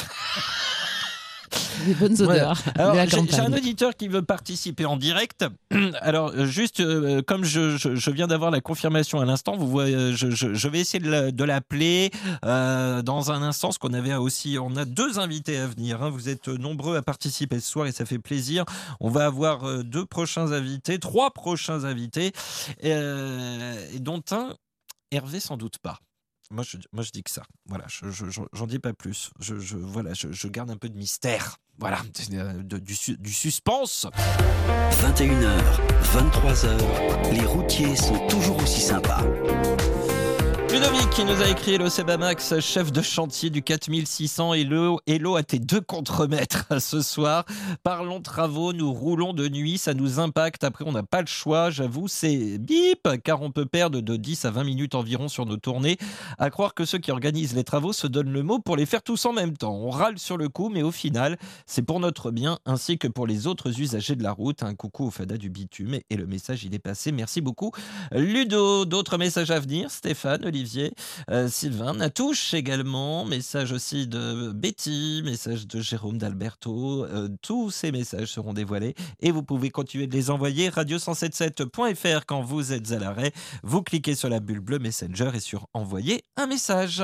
Des bonnes odeurs. Voilà. Alors, de la j'ai, campagne. j'ai un auditeur qui veut participer en direct. Alors, juste, euh, comme je, je, je viens d'avoir la confirmation à l'instant, vous voyez, je, je, je vais essayer de, la, de l'appeler euh, dans un instant. Ce qu'on avait aussi, on a deux invités à venir. Hein. Vous êtes nombreux à participer ce soir et ça fait plaisir. On va avoir deux prochains invités, trois prochains invités, euh, et dont un, Hervé sans doute pas. Moi je, moi, je dis que ça. Voilà, je, je, j'en dis pas plus. Je, je, voilà, je, je garde un peu de mystère. Voilà, de, de, du, du suspense. vingt et une heures, vingt-trois heures, les routiers sont toujours aussi sympas. Ludovic qui nous a écrit Hello Sebamax, chef de chantier du quatre mille six cents. Hello, hello à tes deux contremaîtres ce soir. Parlons travaux, nous roulons de nuit, ça nous impacte. Après, on n'a pas le choix, j'avoue, c'est bip, car on peut perdre de dix à vingt minutes environ sur nos tournées. À croire que ceux qui organisent les travaux se donnent le mot pour les faire tous en même temps. On râle sur le coup, mais au final, c'est pour notre bien ainsi que pour les autres usagers de la route. Un coucou au Fada du bitume et le message il est passé. Merci beaucoup. Ludo, d'autres messages à venir. Stéphane, Olivier. Euh, Sylvain, Natouche également, message aussi de Betty, message de Jérôme d'Alberto, euh, tous ces messages seront dévoilés et vous pouvez continuer de les envoyer radio cent soixante-dix-sept point f r quand vous êtes à l'arrêt, vous cliquez sur la bulle bleue Messenger et sur envoyer un message.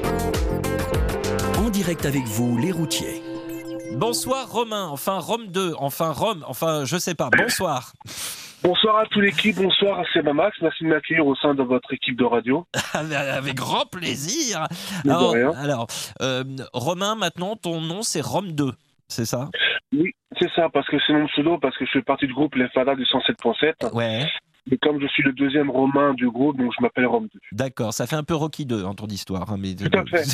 En direct avec vous, les routiers. Bonsoir Romain, enfin Rome deux, enfin Rome, enfin je sais pas, bonsoir. Bonsoir à toute l'équipe, bonsoir à Sebamax, merci de m'accueillir au sein de votre équipe de radio. Avec grand plaisir. Mais Alors, de rien. alors euh, Romain, maintenant ton nom c'est Rome deux, c'est ça? Oui, c'est ça, parce que c'est mon pseudo, parce que je fais partie du groupe Les Fadas du cent sept point sept. Ouais. Et comme je suis le deuxième Romain du groupe, donc je m'appelle Rome deux. D'accord, ça fait un peu Rocky deux en ton histoire. Hein, mais... Tout à fait.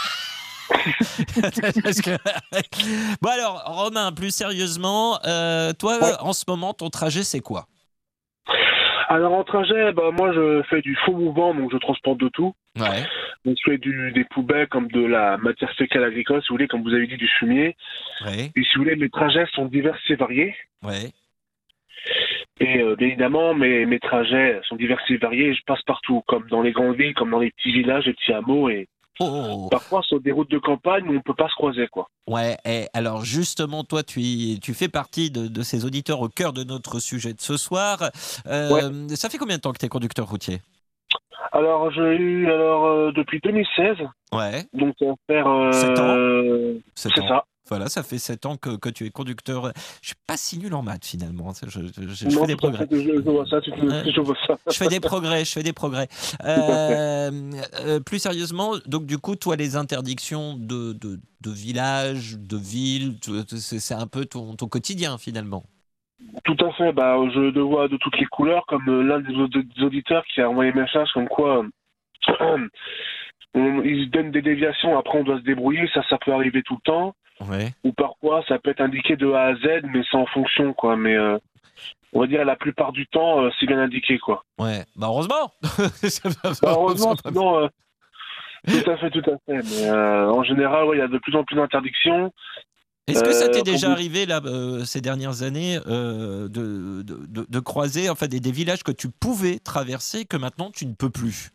que... Bon alors, Romain, plus sérieusement, euh, toi, ouais. en ce moment, ton trajet, c'est quoi? Alors en trajet, bah, moi je fais du faux mouvant, donc je transporte de tout. Ouais. Donc je fais du, des poubelles comme de la matière fécale agricole, si vous voulez, comme vous avez dit, du fumier. Ouais. Et si vous voulez, mes trajets sont divers et variés. Ouais. Et euh, bien évidemment, mes, mes trajets sont divers et variés. Je passe partout, comme dans les grandes villes, comme dans les petits villages, les petits hameaux. Et oh, oh, oh. parfois sur des routes de campagne où on ne peut pas se croiser, quoi. Ouais, et alors justement, toi, tu, tu fais partie de, de ces auditeurs au cœur de notre sujet de ce soir. Euh, ouais. Ça fait combien de temps que tu es conducteur routier? Alors, j'ai eu alors, euh, depuis deux mille seize. Ouais. Donc, ça va faire... Euh, sept ans. C'est sept ans. ça. Voilà, ça fait sept ans que, que tu es conducteur. Je ne suis pas si nul en maths, finalement. Je, je, je, non, je fais des progrès. Je, je vois ça, tu, euh, je vois ça. Je fais des progrès, je fais des progrès. Euh, euh, plus sérieusement, donc du coup, toi, les interdictions de, de, de village, de ville, c'est, c'est un peu ton, ton quotidien, finalement. Tout à fait. Bah, je le vois de toutes les couleurs, comme l'un des auditeurs qui a envoyé un message comme quoi... on, ils se donnent des déviations, après on doit se débrouiller, ça, ça peut arriver tout le temps. Ouais. Ou parfois, ça peut être indiqué de A à Z, mais c'est en fonction, quoi. Mais euh, on va dire la plupart du temps, euh, c'est bien indiqué, quoi. Ouais, bah heureusement. Bah, heureusement, sinon, euh, tout à fait, tout à fait. Mais euh, en général, ouais, il y a de plus en plus d'interdictions. Est-ce que ça t'est Euh, déjà vous- arrivé là euh, ces dernières années euh, de, de, de, de croiser enfin des, des villages que tu pouvais traverser que maintenant tu ne peux plus?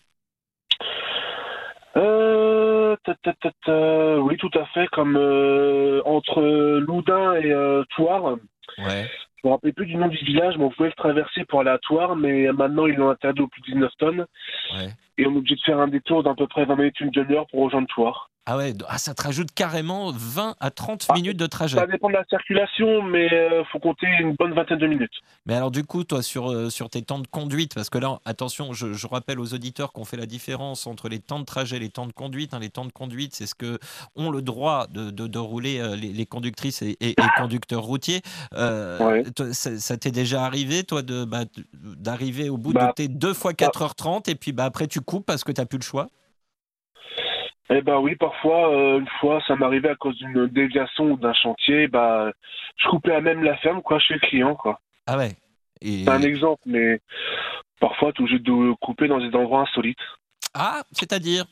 Euh, ta, ta, ta, ta, oui, tout à fait, comme euh, entre Loudun et euh, Thouars. Ouais. Je me rappelle plus du nom du village, mais on pouvait le traverser pour aller à Thouars, mais maintenant ils l'ont interdit au plus de dix-neuf tonnes. Ouais. Et on est obligé de faire un détour d'à peu près vingt minutes, une demi-heure pour rejoindre Thouars. Ah ouais, ah, ça te rajoute carrément vingt à trente Ah, minutes de trajet. Ça dépend de la circulation, mais euh, faut compter une bonne vingtaine de minutes. Mais alors du coup, toi, sur, euh, sur tes temps de conduite, parce que là, attention, je, je rappelle aux auditeurs qu'on fait la différence entre les temps de trajet et les temps de conduite. Hein. Les temps de conduite, c'est ce que ont le droit de, de, de rouler euh, les, les conductrices et, et, et conducteurs routiers. Euh, Ouais. toi, ça, ça t'est déjà arrivé, toi, de, bah, d'arriver au bout Bah, de tes deux fois quatre heures trente et puis bah, après tu coupes parce que tu n'as plus le choix? Eh ben oui, parfois, euh, une fois, ça m'arrivait à cause d'une déviation ou d'un chantier, bah, je coupais à même la ferme, quoi, chez le client, quoi. Ah ouais. Et... C'est un exemple, mais parfois, tu es obligé de couper dans des endroits insolites. Ah, c'est-à-dire?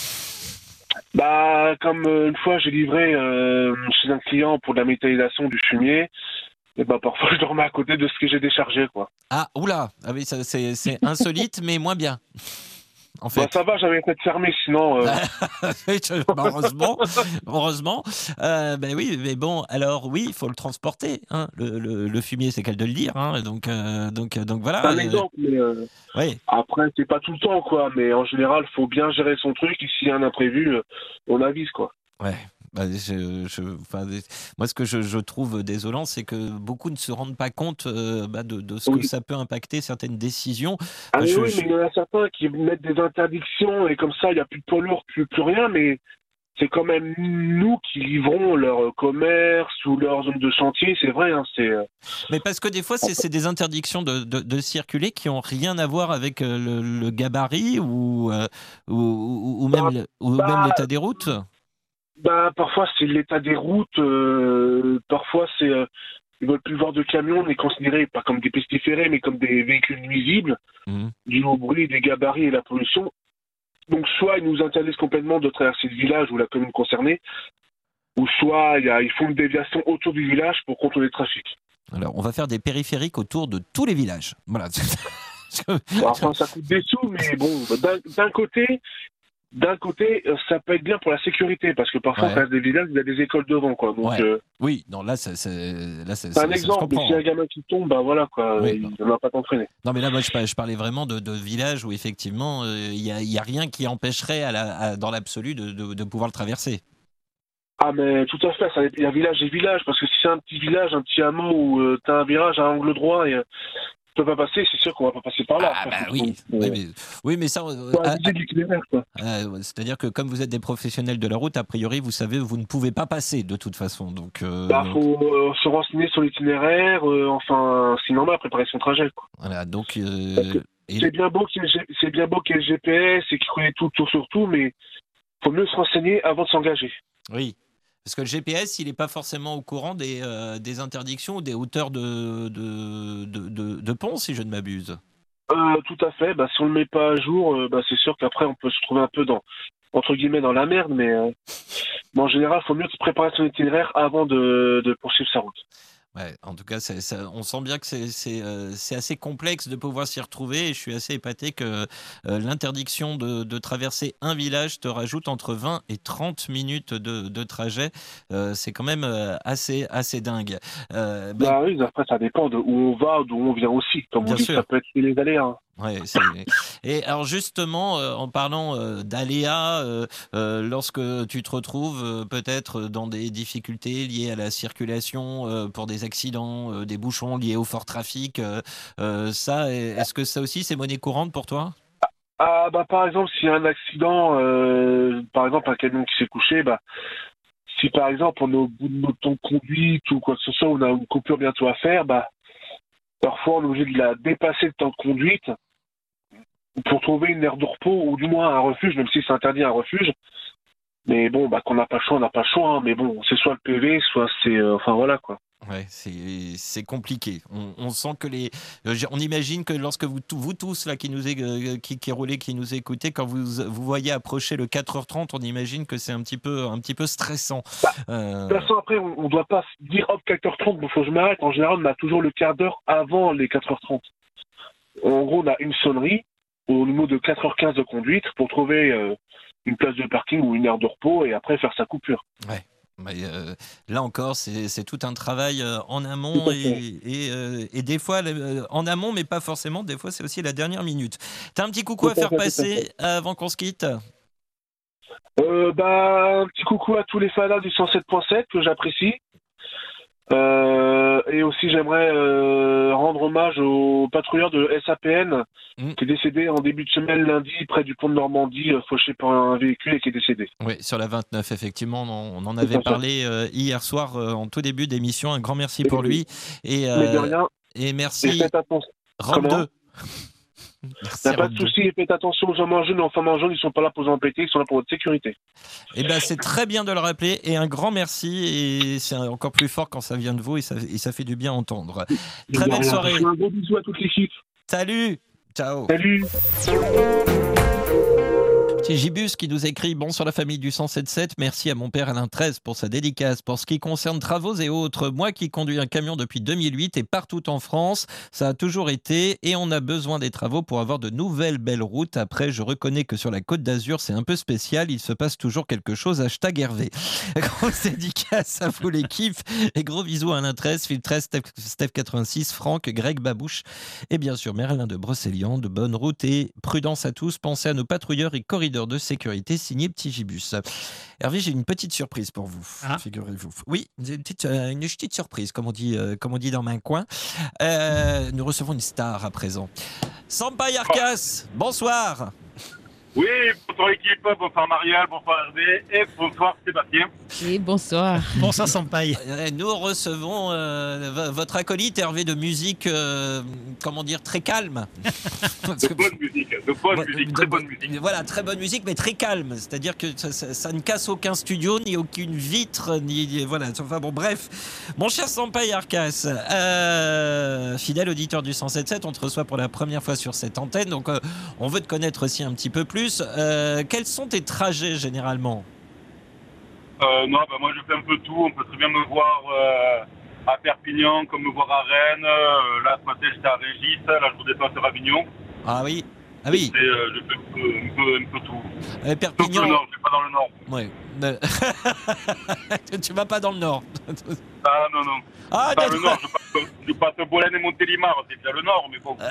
Bah, comme euh, une fois, j'ai livré euh, chez un client pour de la métallisation du fumier, et bah, parfois, je dormais à côté de ce que j'ai déchargé, quoi. Ah, oula, ah oui, ça, c'est, c'est insolite, mais moins bien. En fait. Bah, ça va, j'avais peut-être fermé, sinon... Euh... bah, heureusement, heureusement. Euh, ben oui, mais bon, alors oui, il faut le transporter. Hein. Le, le, le fumier, c'est qu'elle de le dire. Hein. Donc, euh, donc, donc voilà. C'est un exemple, mais euh, oui. Après, c'est pas tout le temps, quoi. Mais en général, faut bien gérer son truc. Et s'il y a un imprévu, on avise, quoi. Ouais. Bah, je, je, enfin, moi, ce que je, je trouve désolant, c'est que beaucoup ne se rendent pas compte euh, bah, de, de ce oui. que ça peut impacter certaines décisions. Ah enfin, mais je, oui, je... mais il y en a certains qui mettent des interdictions et comme ça, il n'y a plus de poids lourd, plus, plus rien, mais c'est quand même nous qui livrons leur commerce ou leur zone de chantier, c'est vrai. Hein, c'est... Mais parce que des fois, c'est, c'est des interdictions de, de, de circuler qui n'ont rien à voir avec le, le gabarit ou, euh, ou, ou, ou même, bah, ou bah, même l'état des routes. Bah, parfois, c'est l'état des routes, euh, parfois, c'est... Euh, ils veulent plus voir de camions, on est considérés pas comme des pestiférés, mais comme des véhicules nuisibles, mmh. dû au bruit, des gabarits et la pollution. Donc, soit ils nous interdisent complètement de traverser le village ou la commune concernée, ou soit y a, ils font une déviation autour du village pour contrôler le trafic. Alors, on va faire des périphériques autour de tous les villages. Voilà. Bon, enfin, ça coûte des sous, mais bon, d'un, d'un côté... D'un côté, ça peut être bien pour la sécurité, parce que parfois, ouais. on passe des villages, il y a des écoles devant, quoi. Donc, ouais. euh, oui, non, là, ça, c'est, là, ça, c'est ça, un exemple, mais si un gamin qui tombe, bah voilà, quoi, oui, il ne va pas t'entraîner. Non, mais là, moi, je, je parlais vraiment de, de villages où, effectivement, il euh, n'y a, y a rien qui empêcherait, à la, à, dans l'absolu, de, de, de pouvoir le traverser. Ah, mais tout à fait, il y a village et village, parce que si c'est un petit village, un petit hameau où euh, tu as un virage à angle droit et... Euh, peut pas passer, c'est sûr qu'on va pas passer par là. Ah bah oui, donc, oui, mais, oui, mais ça. Euh, ah, quoi. Euh, c'est-à-dire que comme vous êtes des professionnels de la route, a priori, vous savez, vous ne pouvez pas passer de toute façon. Donc. Euh, bah, faut euh, se renseigner sur l'itinéraire. Euh, enfin, c'est normal, préparer son trajet. Quoi. Voilà, donc. Euh, et... C'est bien beau qu'il y ait, c'est bien beau qu'il y ait le G P S et qu'il connaît tout, tout sur tout, mais faut mieux se renseigner avant de s'engager. Oui. Parce que le G P S, il n'est pas forcément au courant des, euh, des interdictions ou des hauteurs de, de, de, de, de pont, si je ne m'abuse. Euh, tout à fait. Bah, si on ne le met pas à jour, euh, bah, c'est sûr qu'après, on peut se trouver un peu dans, entre guillemets, dans la merde. Mais, euh, mais en général, il faut mieux se préparer son itinéraire avant de, de poursuivre sa route. Ouais, en tout cas, c'est, ça, on sent bien que c'est, c'est, euh, c'est assez complexe de pouvoir s'y retrouver et je suis assez épaté que euh, l'interdiction de, de traverser un village te rajoute entre vingt et trente minutes de, de trajet. Euh, c'est quand même euh, assez, assez dingue. Euh, bah, bah oui, après, ça dépend de où on va, d'où on vient aussi. Comme vous dites, ça peut être les aléas. Hein. Ouais, c'est... Et alors justement, euh, en parlant euh, d'aléas, euh, euh, lorsque tu te retrouves euh, peut-être dans des difficultés liées à la circulation, euh, pour des accidents, euh, des bouchons liés au fort trafic, euh, euh, ça, est-ce que ça aussi c'est monnaie courante pour toi ? Ah bah par exemple, s'il y a un accident, euh, par exemple un camion qui s'est couché, bah si par exemple on est au bout de notre temps de conduite ou quoi que ce soit, on a une coupure bientôt à faire, bah parfois, on est obligé de la dépasser le temps de conduite pour trouver une aire de repos ou du moins un refuge, même si c'est interdit un refuge. Mais bon, bah, qu'on n'a pas le choix, on n'a pas le choix. Hein. Mais bon, c'est soit le P V, soit c'est... Euh, enfin, voilà, quoi. Ouais, c'est, c'est compliqué. On, on sent que les. On imagine que lorsque vous, vous tous là qui nous est, qui, qui roulez, qui nous écoutez, quand vous, vous voyez approcher le quatre heures trente, on imagine que c'est un petit peu, un petit peu stressant. Bah, euh... De toute façon, après, on ne doit pas se dire hop, quatre heures trente, il faut que je m'arrête. En général, on a toujours le quart d'heure avant les quatre heures trente. En gros, on a une sonnerie au niveau de quatre heures quinze de conduite pour trouver euh, une place de parking ou une heure de repos et après faire sa coupure. Ouais. Mais euh, là encore, c'est, c'est tout un travail euh, en amont et, et, euh, et des fois euh, en amont, mais pas forcément. Des fois, c'est aussi la dernière minute. T'as un petit coucou à faire passer avant qu'on se quitte ? euh, bah, Un petit coucou à tous les fans du cent sept point sept que j'apprécie. Euh, et aussi, j'aimerais euh, rendre hommage au patrouilleur de S A P N mmh. qui est décédé en début de semaine lundi près du pont de Normandie, euh, fauché par un véhicule et qui est décédé. Oui, sur la vingt-neuf, effectivement, on, on en avait parlé euh, hier soir euh, en tout début d'émission. Un grand merci et pour oui. lui. Et, euh, Mais de rien. Et merci. Et faites attention. Rome deux. Il n'y a pas de souci, faites attention aux hommes en jaune et aux femmes en jaune, ils ne sont pas là pour vous embêter, ils sont là pour votre sécurité. Eh ben, c'est très bien de le rappeler et un grand merci, et c'est encore plus fort quand ça vient de vous et ça, et ça fait du bien entendre. Très belle soirée. Un gros bisou à toute l'équipe. Salut, ciao. Salut. Petit Gibus qui nous écrit « Bonsoir la famille du cent sept sept, merci à mon père Alain treize pour sa dédicace. Pour ce qui concerne travaux et autres, moi qui conduis un camion depuis deux mille huit et partout en France, ça a toujours été et on a besoin des travaux pour avoir de nouvelles belles routes. Après, je reconnais que sur la Côte d'Azur, c'est un peu spécial, il se passe toujours quelque chose, hashtag Hervé. » Grosse dédicace à vous l'équipe et gros bisous à Alain treize, Phil treize, Steph quatre-vingt-six, Franck, Greg Babouche et bien sûr Merlin de Brocéliande. Bonne route et prudence à tous, pensez à nos patrouilleurs et corridors de sécurité signé Petit Gibus. Hervé, j'ai une petite surprise pour vous, ah. figurez-vous. Oui, une petite, euh, une petite surprise, comme on dit, euh, comme on dit dans mon coin. Euh, nous recevons une star à présent. Sampaï Arcas, bonsoir. Oui, bonsoir l'équipe, bonsoir Marielle, bonsoir Hervé et bonsoir Sébastien. Oui, bonsoir. Bonsoir Sampaï. Nous recevons euh, v- votre acolyte Hervé de musique, euh, comment dire, très calme. De que, bonne musique, de bonne ouais, musique, de, très bonne musique. Voilà, très bonne musique, mais très calme. C'est-à-dire que ça, ça, ça ne casse aucun studio, ni aucune vitre, ni voilà. Enfin bon, bref. Mon cher Sampaï Arcas, euh, fidèle auditeur du cent sept sept, on te reçoit pour la première fois sur cette antenne, donc euh, on veut te connaître aussi un petit peu plus. Euh, quels sont tes trajets généralement ? euh, Non, bah moi je fais un peu tout. On peut très bien me voir euh, à Perpignan, comme me voir à Rennes. Euh, là ce matin j'étais à Rungis, là je redescends sur Avignon. Ah oui. Ah oui. Et, euh, je fais un peu, un peu, un peu tout. Euh, Perpignan. Sauf le nord, je vais pas dans le nord. Ouais. Tu vas pas dans le nord. Ah non, non. Ah, pas le nord, je passe, je passe Bolène et Montélimar, c'est déjà le nord, mais bon.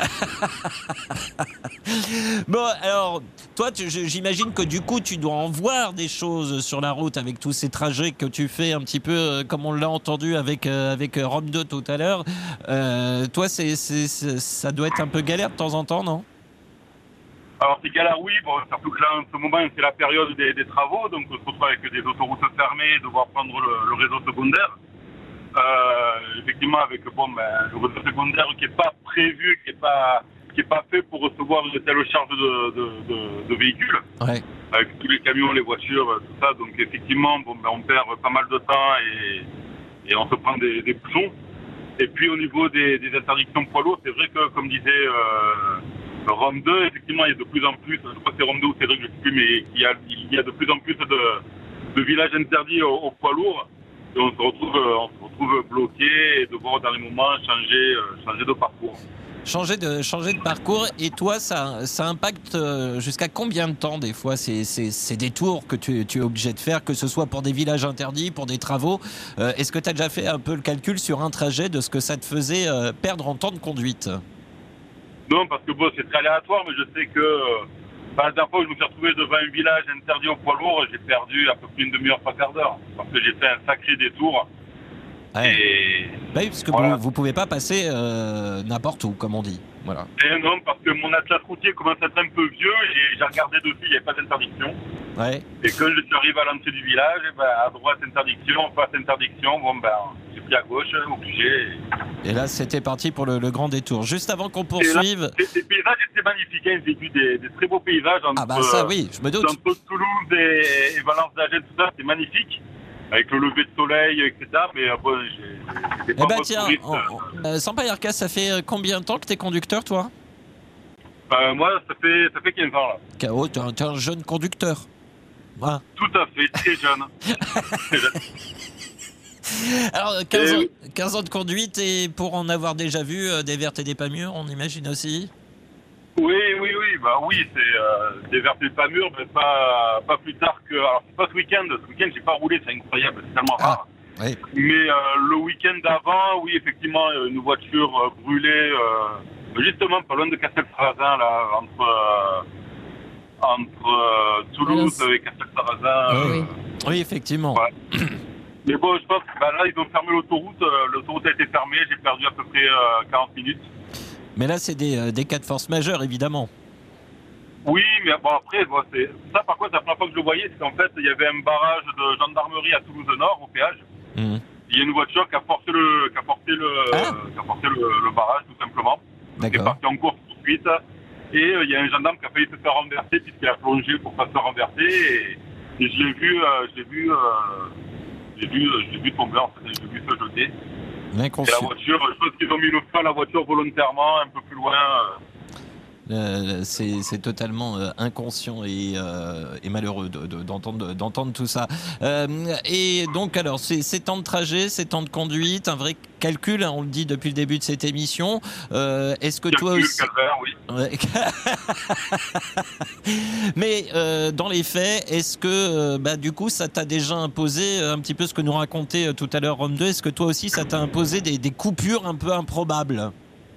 Bon, alors, toi, tu, j'imagine que du coup, tu dois en voir des choses sur la route avec tous ces trajets que tu fais un petit peu, euh, comme on l'a entendu avec, euh, avec Rome deux tout à l'heure. Euh, toi, c'est, c'est, c'est, ça doit être un peu galère de temps en temps, non ? Alors c'est galère, oui, bon, surtout que là en ce moment c'est la période des, des travaux, donc on se retrouve avec des autoroutes fermées, devoir prendre le, le réseau secondaire. Euh, effectivement avec bon, ben, le réseau secondaire qui n'est pas prévu, qui n'est pas, qui est pas fait pour recevoir une telle charge de, de, de, de véhicules, ouais. Avec tous les camions, les voitures, tout ça. Donc effectivement bon, ben, on perd pas mal de temps et, et on se prend des, des bouchons. Et puis au niveau des, des interdictions poids lourds, c'est vrai que comme disait... Euh, Rome deux, effectivement, il y a de plus en plus, je crois que c'est Rome deux ou c'est vrai que je ne sais plus, mais il y a, il y a de plus en plus de, de villages interdits au, au poids lourd. Et on se retrouve, on se retrouve bloqué et devoir, au dernier moment, changer, changer de parcours. Changer de, changer de parcours. Et toi, ça, ça impacte jusqu'à combien de temps, des fois, ces, ces, ces détours que tu, tu es obligé de faire, que ce soit pour des villages interdits, pour des travaux. Euh, est-ce que tu as déjà fait un peu le calcul sur un trajet de ce que ça te faisait euh, perdre en temps de conduite ? Non, parce que bon, c'est très aléatoire, mais je sais que euh, la dernière fois que je me suis retrouvé devant un village interdit au poids lourd, j'ai perdu à peu près une demi-heure, trois quarts d'heure, parce que j'ai fait un sacré détour. Ouais. Et bah oui, parce que voilà. vous ne pouvez pas passer euh, n'importe où, comme on dit. Voilà. Et non, parce que mon atlas routier commence à être un peu vieux, et j'ai regardé dessus, il n'y avait pas d'interdiction. Ouais. Et quand je suis arrivé à l'entrée du village, et ben, à droite interdiction, face interdiction, bon ben, j'ai pris à gauche, obligé. Et, et là, c'était parti pour le, le grand détour. Juste avant qu'on poursuive... Et là, les paysages étaient magnifiques, hein. J'ai vu des, des très beaux paysages entre, ah bah ça oui, je me doute. entre Toulouse et, et Valence d'Agen, tout ça, c'est magnifique. avec le lever de soleil, et cetera. Mais euh, bon, j'ai, j'ai pas Eh ben mode tiens, touriste. oh, oh, euh, Sampaio Arcas, ça fait combien de temps que t'es conducteur, toi? Euh, moi, ça fait, ça fait quinze ans, là. K O, t'es un, t'es un jeune conducteur. Ouais. Tout à fait, très jeune. Très jeune. Alors, quinze, Et ans, oui. quinze ans de conduite, et pour en avoir déjà vu euh, des vertes et des pas mûres, on imagine aussi. Oui, oui, oui, bah oui, c'est euh, des vertes et pas mûres, mais pas, pas plus tard que... Alors, c'est pas ce week-end, ce week-end, j'ai pas roulé, c'est incroyable, c'est tellement rare. Ah, oui. Mais euh, le week-end d'avant, oui, effectivement, une voiture euh, brûlée, euh, justement, pas loin de Castel-Sarrazin, là, entre, euh, entre euh, Toulouse Alors, et Castel-Sarrazin. Ah, euh, oui. Oui, effectivement. Ouais. Mais bon, je pense que bah, là, ils ont fermé l'autoroute, euh, l'autoroute a été fermée, j'ai perdu à peu près euh, quarante minutes. Mais là, c'est des, euh, des cas de force majeure, évidemment. Oui, mais bon, après, bon, c'est... ça, par contre, la première fois que je le voyais, c'est qu'en fait, il y avait un barrage de gendarmerie à Toulouse-Nord, au péage. Mmh. Il y a une voiture qui a forcé le, qui a forcé le, Ah. qui a forcé le, le barrage, tout simplement. Qui est D'accord. parti en course tout de suite. Et euh, il y a un gendarme qui a failli se faire renverser, puisqu'il a plongé pour pas se faire renverser. Et, et je l'ai vu, euh, je l'ai vu, euh, je l'ai vu, je l'ai vu tomber, en fait, je l'ai vu se jeter. Et la L'inconscient. voiture, je pense qu'ils ont mis le feu à la voiture volontairement, un peu plus loin. euh, Euh, c'est, c'est totalement euh, inconscient et, euh, et malheureux de, de, d'entendre, d'entendre tout ça. Euh, et donc, alors, ces, ces temps de trajet, ces temps de conduite, un vrai calcul, hein, on le dit depuis le début de cette émission. Euh, est-ce que toi calcul, aussi... calvaire, oui. Ouais. Mais euh, dans les faits, est-ce que euh, bah, du coup ça t'a déjà imposé euh, un petit peu ce que nous racontait euh, tout à l'heure Rome deux? Est-ce que toi aussi ça t'a imposé des, des coupures un peu improbables?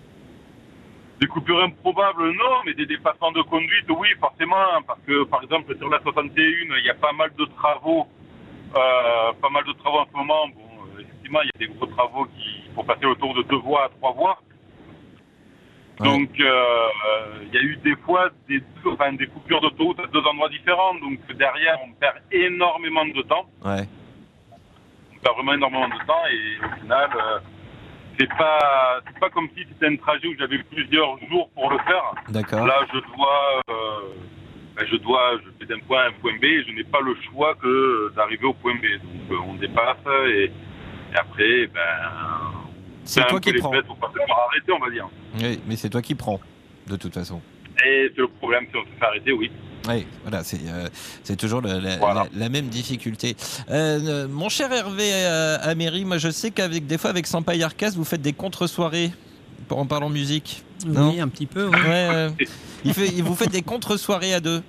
Des coupures improbables, non, mais des dépassements de conduite, oui, forcément, parce que, par exemple, sur la soixante et un, il y a pas mal de travaux, euh, pas mal de travaux en ce moment. Bon, euh, effectivement, il y a des gros travaux qui faut passer autour de deux voies à trois voies. Ouais. Donc, euh, euh, il y a eu des fois des, enfin, des coupures d'autoroute à deux endroits différents. Donc, derrière, on perd énormément de temps. Ouais. On perd vraiment énormément de temps et au final... Euh, C'est pas, c'est pas comme si c'était un trajet où j'avais plusieurs jours pour le faire. D'accord. Là, je dois, euh, ben, je dois, je fais d'un point A à un point B et je n'ai pas le choix que d'arriver au point B. Donc, euh, on dépasse et, et après, ben, C'est un toi peu qui les prends. fesses pour pas se faire arrêter, on va dire. Oui, mais c'est toi qui prends, de toute façon. Et c'est le problème, si on se fait arrêter, oui. Oui, voilà, c'est, euh, c'est toujours le- la, Voilà. la- la même difficulté. Euh, euh, mon cher Hervé euh, Améry, moi je sais qu'avec des fois avec Sampaio Arcas, vous faites des contre-soirées pour- en parlant musique. Non Oui, un petit peu. Oui. Ouais, euh, il fait, il- vous faites des contre-soirées à deux.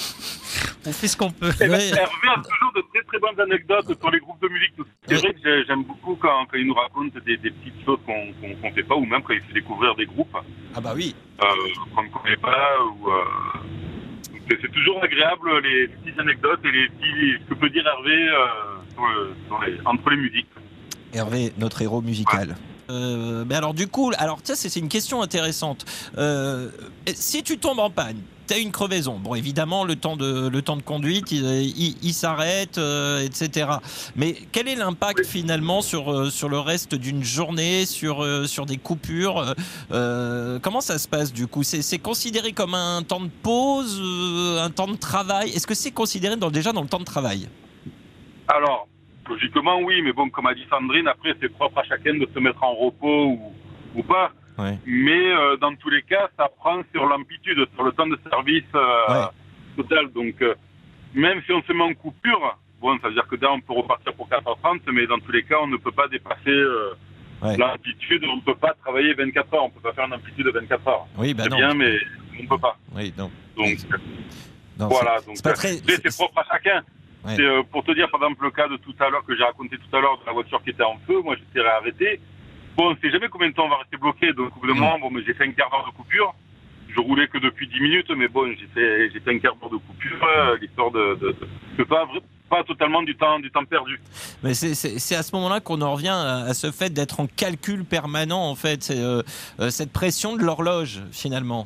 On fait ce qu'on peut. Eh ben, Ouais. Hervé a toujours de très très bonnes anecdotes sur les groupes de musique. tout ça. C'est Ouais. vrai que j'ai- j'aime beaucoup quand, quand il nous raconte des, des petites choses qu'on qu'on qu'on fait pas, ou même quand il fait découvrir des groupes Ah bah oui. euh, qu'on ne connaît pas. Ou, euh, donc c'est, c'est toujours agréable les petites anecdotes et les petits, ce que peut dire Hervé euh, sur le- sur les- entre les musiques. Hervé, notre héros musical. Euh, mais alors du coup, alors ça c'est c'est une question intéressante. Euh, si tu tombes en panne, t'as une crevaison. Bon, évidemment, le temps de le temps de conduite, il, il, il s'arrête, euh, et cetera. Mais quel est l'impact finalement sur euh, sur le reste d'une journée, sur euh, sur des coupures euh, Comment ça se passe du coup? C'est c'est considéré comme un temps de pause, euh, un temps de travail? Est-ce que c'est considéré dans, déjà dans le temps de travail? Alors, logiquement oui, mais bon, comme a dit Sandrine, après c'est propre à chacun de se mettre en repos ou, ou pas. Ouais. Mais euh, dans tous les cas, ça prend sur l'amplitude, sur le temps de service euh, Ouais. total. Donc, euh, même si on se met en coupure, bon, ça veut dire que là, on peut repartir pour quatre heures trente, mais dans tous les cas, on ne peut pas dépasser euh, Ouais. l'amplitude. On ne peut pas travailler vingt-quatre heures. On ne peut pas faire une amplitude de vingt-quatre heures. Oui, bah c'est non. bien, mais on ne peut pas. Oui, non. Donc, Non, voilà. c'est- Donc, c'est pas très. après, c'est propre à chacun. Ouais. C'est, euh, pour te dire, par exemple, le cas de tout à l'heure que j'ai raconté tout à l'heure de la voiture qui était en feu, moi j'étais arrêté. Bon, on ne sait jamais combien de temps on va rester bloqué, donc au bout d'un Mm. moment, bon, mais j'ai fait un quart d'heure de coupure. Je roulais que depuis dix minutes, mais bon, j'ai fait, j'ai fait un quart d'heure de coupure, euh, l'histoire de, de, de, de pas, pas totalement du temps, du temps perdu. Mais c'est, c'est, c'est à ce moment-là qu'on en revient à, à ce fait d'être en calcul permanent, en fait. C'est euh, euh, cette pression de l'horloge, finalement.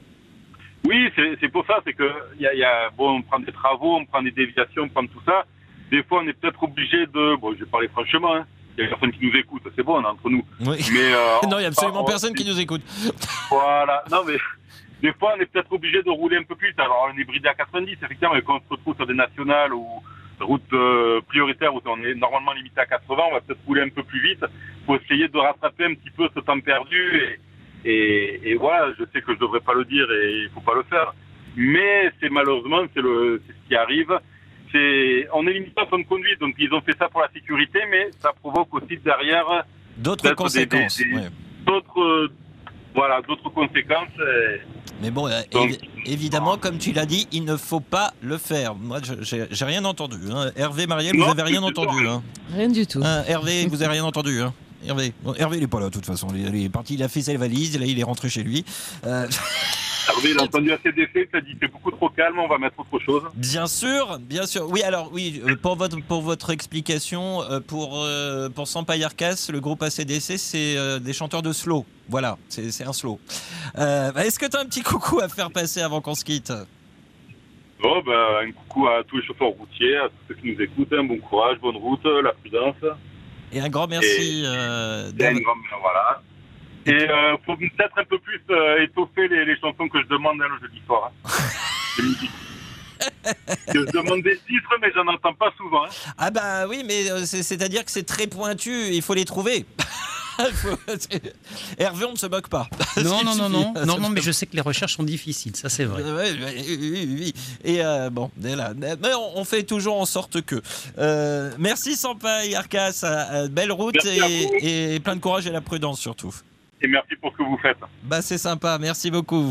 Oui, c'est, c'est pour ça, c'est que y a, y a, bon, on prend des travaux, on prend des déviations, on prend tout ça. Des fois, on est peut-être obligé de, bon, je vais parler franchement, hein. Il y a personne qui nous écoute, c'est bon, on est entre nous. Oui. Mais, euh, non, il n'y a absolument on- personne qui nous écoute. Voilà. Non, mais des fois, on est peut-être obligé de rouler un peu plus. Alors, un hybride à quatre-vingt-dix, effectivement, mais quand on se retrouve sur des nationales ou route euh, prioritaire où on est normalement limité à quatre-vingts, on va peut-être rouler un peu plus vite pour essayer de rattraper un petit peu ce temps perdu. Et, et, et voilà, je sais que je devrais pas le dire et il faut pas le faire. Mais c'est malheureusement, c'est, le, c'est ce qui arrive. C'est, on est limité en temps de conduite, donc ils ont fait ça pour la sécurité, mais ça provoque aussi derrière d'autres conséquences. Des, des, des, ouais. D'autres, voilà, d'autres conséquences. Et... Mais bon, donc, évi- évidemment, comme tu l'as dit, il ne faut pas le faire. Moi, je, j'ai, j'ai rien entendu. Hein. Hervé, Marielle, non, vous avez rien entendu. Hein. Rien du tout. Hein, Hervé, vous avez rien entendu. Hein. Hervé, bon, Hervé, il est pas là de toute façon. Il, il est parti, il a fait sa valise, là, il est rentré chez lui. Euh... Hervé, il a entendu assez d'effets, il a dit c'est beaucoup trop calme, on va mettre autre chose. Bien sûr, bien sûr. Oui, alors oui, pour votre pour votre explication, pour pour Sampaï Arcas, le groupe A C D C, c'est euh, des chanteurs de slow. Voilà, c'est c'est un slow. Euh, est-ce que tu as un petit coucou à faire passer avant qu'on se quitte? Oh, ben, un coucou à tous les chauffeurs routiers, à tous ceux qui nous écoutent, un bon courage, bonne route, la prudence. Et un grand merci. Et, euh, et un grand, voilà. Et il euh, faut peut-être un peu plus euh, étoffer les, les chansons que je demande hein, le jeudi soir. Hein. Je demande des titres, mais j'en entends pas souvent. Hein. Ah bah oui, mais euh, c'est, c'est-à-dire que c'est très pointu, il faut les trouver. Hervé, on ne se moque pas. Non, non, non, non, non, non, mais je sais que les recherches sont difficiles, ça c'est vrai. Oui, oui, oui. Et euh, bon, là, mais on, on fait toujours en sorte que. Euh, merci Sampaï Arcas, euh, belle route et, et plein de courage et la prudence surtout. Et merci pour ce que vous faites. Bah c'est sympa, merci beaucoup.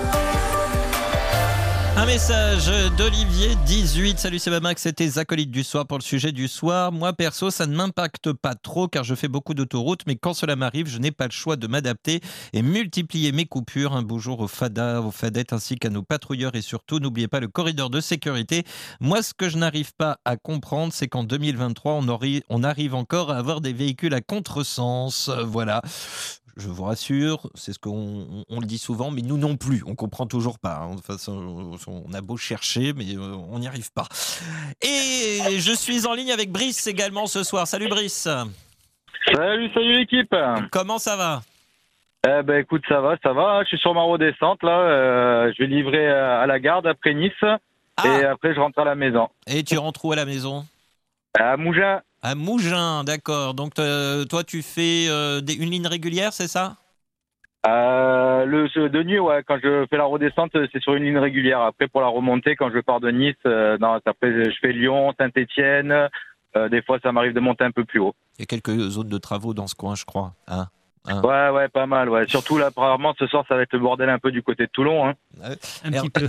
Un message d'Olivier dix-huit. Salut, c'est Max, c'était les acolytes du soir pour le sujet du soir. Moi, perso, ça ne m'impacte pas trop car je fais beaucoup d'autoroutes, mais quand cela m'arrive, je n'ai pas le choix de m'adapter et multiplier mes coupures. Un beau jour aux fadas, aux fadettes ainsi qu'à nos patrouilleurs et surtout, n'oubliez pas le corridor de sécurité. Moi, ce que je n'arrive pas à comprendre, c'est qu'en deux mille vingt-trois, on, aurait, on arrive encore à avoir des véhicules à contresens. Voilà. Je vous rassure, c'est ce qu'on on le dit souvent, mais nous non plus, on comprend toujours pas. Hein. Enfin, on a beau chercher, mais on n'y arrive pas. Et je suis en ligne avec Brice également ce soir. Salut Brice. Salut, salut l'équipe. Comment ça va? Eh ben écoute, ça va, ça va. Je suis sur ma redescente là. Euh, je vais livrer à la gare après Nice ah. et après je rentre à la maison. Et tu rentres où à la maison? À Mougins. À Mougins, d'accord. Donc, euh, toi, tu fais euh, des, une ligne régulière, c'est ça? euh, le, De nuit, ouais. Quand je fais la redescente, c'est sur une ligne régulière. Après, pour la remontée, quand je pars de Nice, euh, non, après, je fais Lyon, Saint-Étienne. Euh, des fois, ça m'arrive de monter un peu plus haut. Il y a quelques zones de travaux dans ce coin, je crois. Hein Hein. Ouais, ouais, pas mal, ouais. Surtout là, apparemment, ce soir, ça va être le bordel un peu du côté de Toulon. Hein. Un Her... petit peu.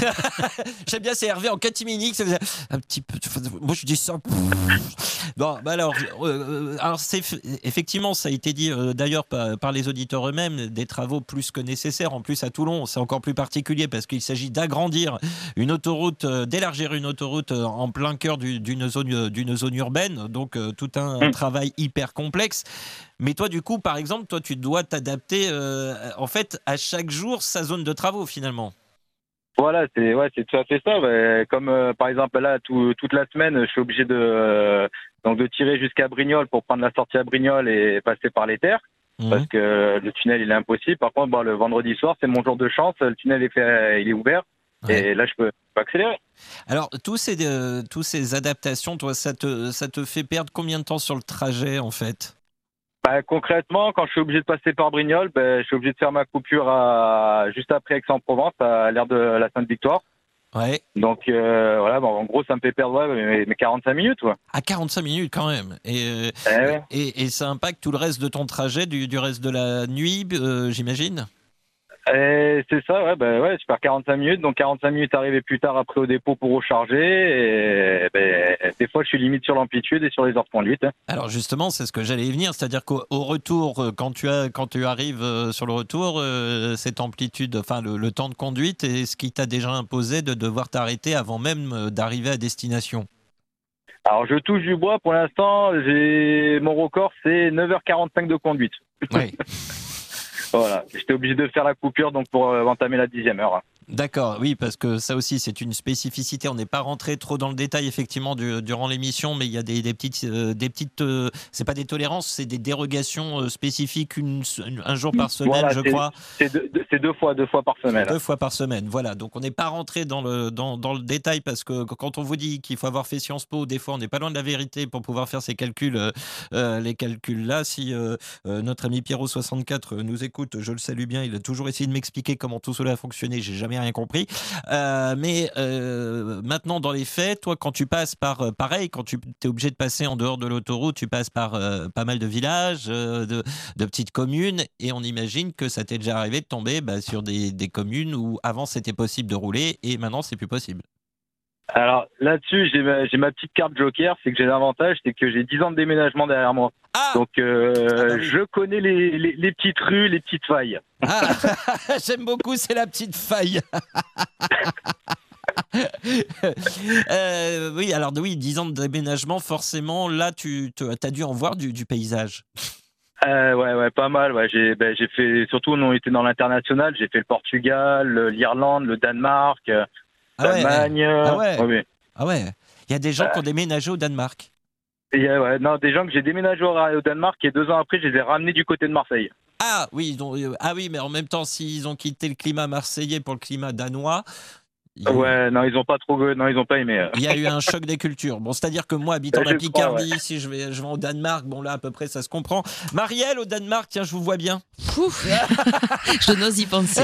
J'aime bien, c'est Hervé en catimini. Ça faisait un petit peu. Moi, je dis ça. Bon, bah alors, euh, alors c'est effectivement, ça a été dit euh, d'ailleurs par, par les auditeurs eux-mêmes, des travaux plus que nécessaires. En plus, à Toulon, c'est encore plus particulier parce qu'il s'agit d'agrandir une autoroute, euh, d'élargir une autoroute euh, en plein cœur du, d'une zone, d'une zone urbaine. Donc, euh, tout un mmh. travail hyper complexe. Mais toi, du coup, par exemple, toi, tu dois t'adapter euh, en fait à chaque jour sa zone de travaux finalement. Voilà, c'est ouais, c'est tout à fait ça. Ouais. Comme euh, par exemple là, tout, toute la semaine, je suis obligé de euh, donc de tirer jusqu'à Brignoles pour prendre la sortie à Brignoles et passer par les terres mmh. parce que le tunnel il est impossible. Par contre, bon, le vendredi soir, c'est mon jour de chance. Le tunnel est fait, il est ouvert. Ouais. Et là, je peux, je peux accélérer. Alors, tous ces, euh, tous ces adaptations, toi, ça te, ça te fait perdre combien de temps sur le trajet en fait? Bah, concrètement, quand je suis obligé de passer par Brignoles, bah, je suis obligé de faire ma coupure à, juste après Aix-en-Provence, à l'aire de la Sainte-Victoire. Ouais. Donc euh, voilà, bon, en gros, ça me fait perdre ouais, mes, mes quarante-cinq minutes. Ouais. À quarante-cinq minutes quand même. Et, eh ouais. et, et ça impacte tout le reste de ton trajet, du, du reste de la nuit, euh, j'imagine? Et c'est ça, ouais, bah, ouais, je perds quarante-cinq minutes, donc quarante-cinq minutes arriver plus tard après au dépôt pour recharger, et ben, des fois je suis limite sur l'amplitude et sur les heures de conduite. Hein. Alors justement, c'est ce que j'allais y venir, c'est-à-dire qu'au au retour, quand tu, as, quand tu arrives sur le retour, euh, cette amplitude, enfin le, le temps de conduite, est ce qui t'a déjà imposé de devoir t'arrêter avant même d'arriver à destination? Alors je touche du bois, pour l'instant, j'ai mon record c'est neuf heures quarante-cinq de conduite. Oui. Voilà, j'étais obligé de faire la coupure donc pour euh, entamer la dixième heure. D'accord, oui, parce que ça aussi, c'est une spécificité. On n'est pas rentré trop dans le détail, effectivement, du, durant l'émission, mais il y a des, des petites... Euh, des petites euh, c'est pas des tolérances, c'est des dérogations euh, spécifiques une, un jour par semaine, voilà, je c'est, crois. C'est deux, c'est deux fois, deux fois par semaine. Deux fois par semaine, voilà. Donc, on n'est pas rentré dans le, dans, dans le détail, parce que quand on vous dit qu'il faut avoir fait Sciences Po, des fois, on n'est pas loin de la vérité pour pouvoir faire ces calculs, euh, euh, les calculs-là. Si euh, euh, notre ami Pierrot soixante-quatre nous écoute, je le salue bien, il a toujours essayé de m'expliquer comment tout cela a fonctionné, j'ai jamais rien compris. Euh, mais euh, maintenant, dans les faits, toi, quand tu passes par, euh, pareil, quand tu es obligé de passer en dehors de l'autoroute, tu passes par euh, pas mal de villages, euh, de, de petites communes, et on imagine que ça t'est déjà arrivé de tomber bah, sur des, des communes où avant c'était possible de rouler et maintenant c'est plus possible. Alors là-dessus, j'ai ma, j'ai ma petite carte joker, c'est que j'ai l'avantage, c'est que j'ai dix ans de déménagement derrière moi. Ah Donc euh, ah bah oui. je connais les, les, les petites rues, les petites failles. Ah, j'aime beaucoup, c'est la petite faille. euh, oui, alors oui, dix ans de déménagement, forcément, là, tu as dû en voir du, du paysage. Euh, ouais, ouais, pas mal. Ouais. J'ai, ben, j'ai fait, surtout, on était dans l'international. J'ai fait le Portugal, l'Irlande, le Danemark, ah l'Allemagne. Ouais, ah ouais. Ouais, ouais. Ah ouais. Il y a des gens euh, qui ont déménagé au Danemark. Il y a, ouais, non, des gens que j'ai déménagé au, au Danemark et deux ans après, je les ai ramenés du côté de Marseille. Ah oui, donc, euh, ah oui, mais en même temps, s'ils ont quitté le climat marseillais pour le climat danois. Il... Ouais, non, ils ont pas trop, non, ils ont pas aimé. Il y a eu un choc des cultures. Bon, c'est-à-dire que moi, habitant la Picardie, crois, ouais. si je vais, je vais au Danemark, bon là, à peu près, ça se comprend. Marielle, au Danemark, tiens, je vous vois bien. Pouf, je n'ose y penser.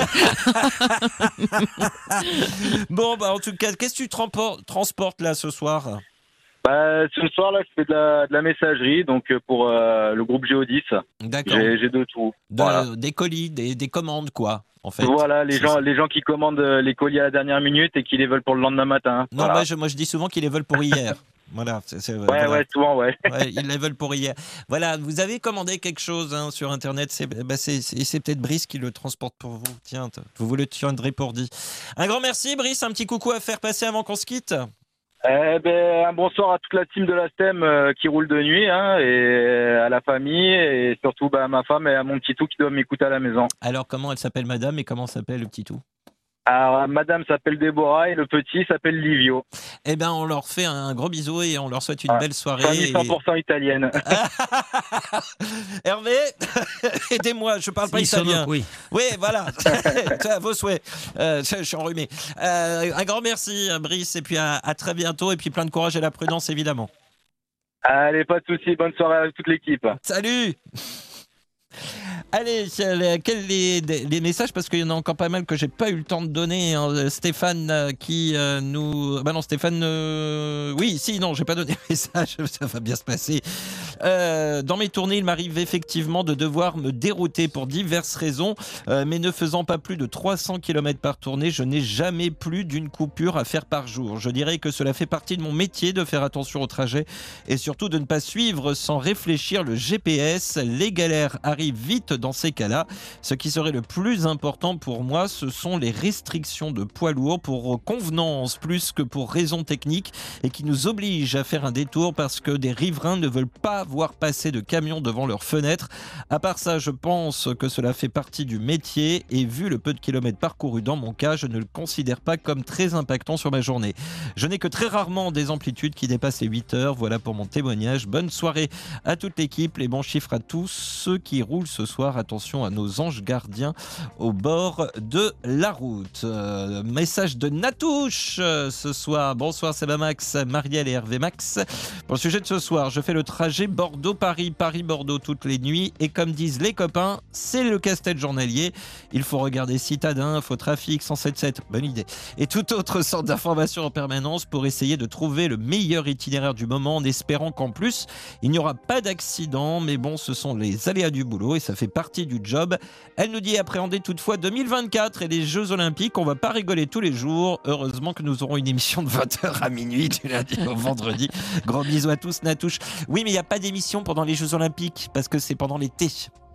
Bon, bah, en tout cas, qu'est-ce que tu transportes, transportes là ce soir ? Bah, ce soir là, je fais de la, de la messagerie, donc pour euh, le groupe Géodis. D'accord. J'ai, j'ai de tout. De, voilà. Des colis, des, des commandes, quoi. En fait. Voilà, les c'est gens, ça. les gens qui commandent les colis à la dernière minute et qui les veulent pour le lendemain matin. Non, voilà. moi, je, moi je dis souvent qu'ils les veulent pour hier. Voilà, c'est, c'est, ouais, voilà. ouais, souvent, ouais. ouais. Ils les veulent pour hier. Voilà, vous avez commandé quelque chose hein, sur Internet, c'est, bah c'est, c'est, c'est peut-être Brice qui le transporte pour vous. Tiens, vous vous le tiendrez pour dit. Un grand merci, Brice. Un petit coucou à faire passer avant qu'on se quitte. Eh ben, un bonsoir à toute la team de la S T E M euh, qui roule de nuit, hein, et à la famille, et surtout bah, à ma femme et à mon petit tout qui doit m'écouter à la maison. Alors, comment elle s'appelle, madame, et comment s'appelle le petit tout ? Alors, madame s'appelle Déborah et le petit s'appelle Livio. Eh ben, on leur fait un gros bisou et on leur souhaite une ah, famille soirée. Famille cent pour cent et... italienne. Hervé, aidez-moi, je parle pas si, italien. Sono, oui. Oui, voilà. À vos souhaits. Euh, je suis enrhumé. Euh, un grand merci, Brice, et puis à, à très bientôt, et puis plein de courage et la prudence, évidemment. Allez, pas de soucis. Bonne soirée à toute l'équipe. Salut. Allez, quels les, les messages, parce qu'il y en a encore pas mal que j'ai pas eu le temps de donner. Hein. Stéphane euh, qui euh, nous... Bah non, Stéphane... Euh... Oui, si, non, j'ai pas donné le message, ça va bien se passer. Euh, dans mes tournées, il m'arrive effectivement de devoir me dérouter pour diverses raisons, euh, mais ne faisant pas plus de trois cents kilomètres par tournée, je n'ai jamais plus d'une coupure à faire par jour. Je dirais que cela fait partie de mon métier de faire attention au trajet et surtout de ne pas suivre sans réfléchir le G P S. Les galères arrivent vite dans ces cas-là. Ce qui serait le plus important pour moi, ce sont les restrictions de poids lourds pour convenance plus que pour raison technique et qui nous obligent à faire un détour parce que des riverains ne veulent pas voir passer de camions devant leurs fenêtres. À part ça, je pense que cela fait partie du métier et vu le peu de kilomètres parcourus dans mon cas, je ne le considère pas comme très impactant sur ma journée. Je n'ai que très rarement des amplitudes qui dépassent les huit heures. Voilà pour mon témoignage. Bonne soirée à toute l'équipe, les bons chiffres à tous ceux qui roulent ce soir. Attention à nos anges gardiens au bord de la route. Euh, message de Natouche euh, ce soir. Bonsoir Sébamax, Marielle et Hervé Max. Pour le sujet de ce soir, je fais le trajet Bordeaux-Paris, Paris-Bordeaux toutes les nuits et comme disent les copains, c'est le casse-tête journalier. Il faut regarder Citadin, Infotrafic, cent sept sept, bonne idée. Et toute autre sorte d'informations en permanence pour essayer de trouver le meilleur itinéraire du moment en espérant qu'en plus, il n'y aura pas d'accident. Mais bon, ce sont les aléas du boulot et ça fait partie du job. Elle nous dit appréhender toutefois deux mille vingt-quatre et les Jeux Olympiques. On va pas rigoler tous les jours. Heureusement que nous aurons une émission de vingt heures à minuit du lundi au vendredi. Gros bisous à tous, Natouche. Oui, mais il n'y a pas d'émission pendant les Jeux Olympiques parce que c'est pendant l'été.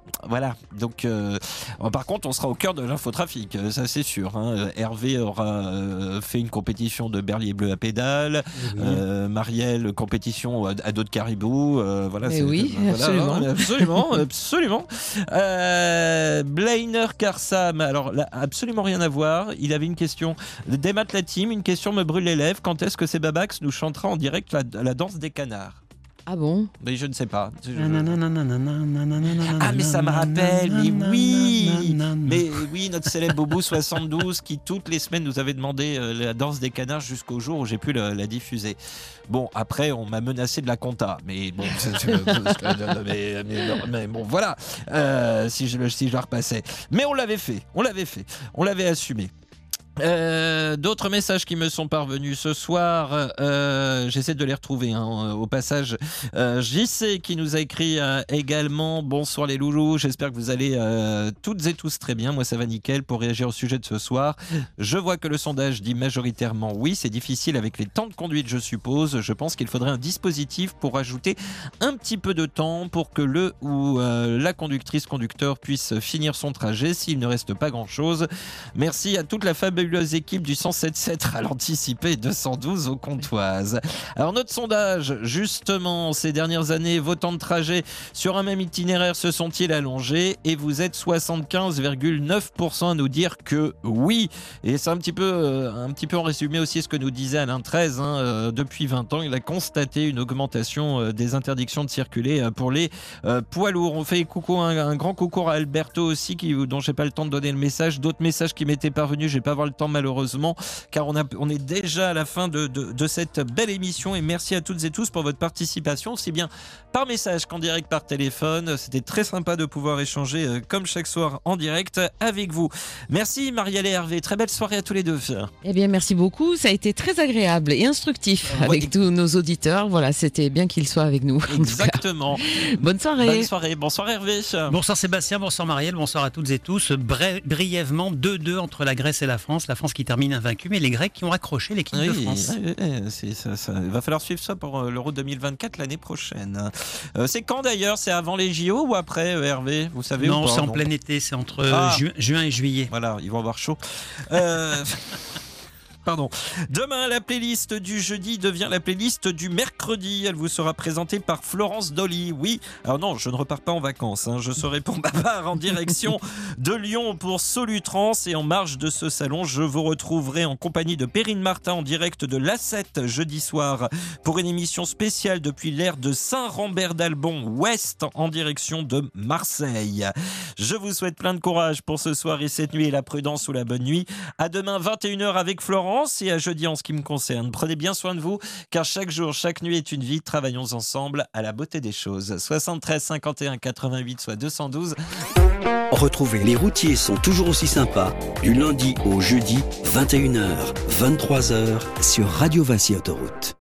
Voilà, donc euh, par contre on sera au cœur de l'infotrafic, ça c'est sûr. Hein. Hervé aura euh, fait une compétition de berlier bleu à pédale, oui. euh, Marielle compétition à, à dos de caribou. Euh, voilà, c'est, oui, euh, absolument. Voilà, absolument, absolument. Euh, Blainer Karsam, alors là, absolument rien à voir. Il avait une question. Demat la team, une question me brûle les lèvres. Quand est-ce que c'est Babax nous chantera en direct la, la danse des canards? Ah bon? Mais je ne sais pas. Je... Ah mais ça me rappelle, mais oui, mais oui, notre célèbre Boubou soixante-douze qui toutes les semaines nous avait demandé la danse des canards jusqu'au jour où j'ai pu la, la diffuser. Bon, après on m'a menacé de la compta, mais bon, mais, mais, mais bon voilà, euh, si je si je la repassais. Mais on l'avait fait, on l'avait fait, on l'avait assumé. Euh, d'autres messages qui me sont parvenus ce soir, euh, j'essaie de les retrouver hein, au passage. euh, J C qui nous a écrit euh, également: bonsoir les loulous, j'espère que vous allez euh, toutes et tous très bien, moi ça va nickel. Pour réagir au sujet de ce soir, je vois que le sondage dit majoritairement oui, c'est difficile avec les temps de conduite je suppose. Je pense qu'il faudrait un dispositif pour ajouter un petit peu de temps pour que le ou euh, la conductrice conducteur puisse finir son trajet s'il ne reste pas grand chose. Merci à toute la fabuleuse équipe du cent sept sept ralenticipé deux cent douze aux Comtoises. Alors notre sondage, justement, ces dernières années, vos temps de trajet sur un même itinéraire se sont-ils allongés? Et vous êtes soixante-quinze virgule neuf pour cent à nous dire que oui. Et c'est un petit peu, euh, un petit peu en résumé aussi ce que nous disait Alain treize. Hein, euh, depuis vingt ans, il a constaté une augmentation euh, des interdictions de circuler euh, pour les euh, poids lourds. On fait coucou, un, un grand coucou à Alberto aussi, qui, dont j'ai pas le temps de donner le message. D'autres messages qui m'étaient parvenus, j'ai pas avoir le temps malheureusement, car on, a, on est déjà à la fin de, de, de cette belle émission. Et merci à toutes et tous pour votre participation, aussi bien par message qu'en direct par téléphone. C'était très sympa de pouvoir échanger euh, comme chaque soir en direct avec vous. Merci Marielle et Hervé, très belle soirée à tous les deux. Eh bien merci beaucoup, ça a été très agréable et instructif euh, avec ouais. tous nos auditeurs. Voilà, c'était bien qu'ils soient avec nous. Exactement. Bonne soirée. Bonne soirée, bonsoir Hervé. Bonsoir Sébastien, bonsoir Marielle, bonsoir à toutes et tous. Bri- brièvement, deux deux entre la Grèce et la France. La France qui termine invaincue, mais les Grecs qui ont accroché l'équipe oui, de France. Oui, c'est, ça, ça. Il va falloir suivre ça pour l'Euro deux mille vingt-quatre l'année prochaine. Euh, c'est quand d'ailleurs? C'est avant les J O ou après, Hervé? Vous savez Non, ou pas, c'est en non plein été, c'est entre ah. ju- juin et juillet. Voilà, ils vont avoir chaud. Euh... Pardon. Demain, la playlist du jeudi devient la playlist du mercredi. Elle vous sera présentée par Florence Dolly. Oui, alors non, je ne repars pas en vacances. Hein. Je serai pour ma part en direction de Lyon pour Solutrans. Et en marge de ce salon, je vous retrouverai en compagnie de Perrine Martin en direct de l'A sept jeudi soir pour une émission spéciale depuis l'aire de Saint-Rambert-d'Albon Ouest en direction de Marseille. Je vous souhaite plein de courage pour ce soir et cette nuit et la prudence ou la bonne nuit. À demain vingt et une heures avec Florence. Et à jeudi en ce qui me concerne. Prenez bien soin de vous, car chaque jour, chaque nuit est une vie. Travaillons ensemble à la beauté des choses. soixante-treize cinquante et un quatre-vingt-huit, soit deux cent douze. Retrouvez Les Routiers sont toujours aussi sympas du lundi au jeudi, vingt et une heures, vingt-trois heures sur Radio Vinci Autoroute.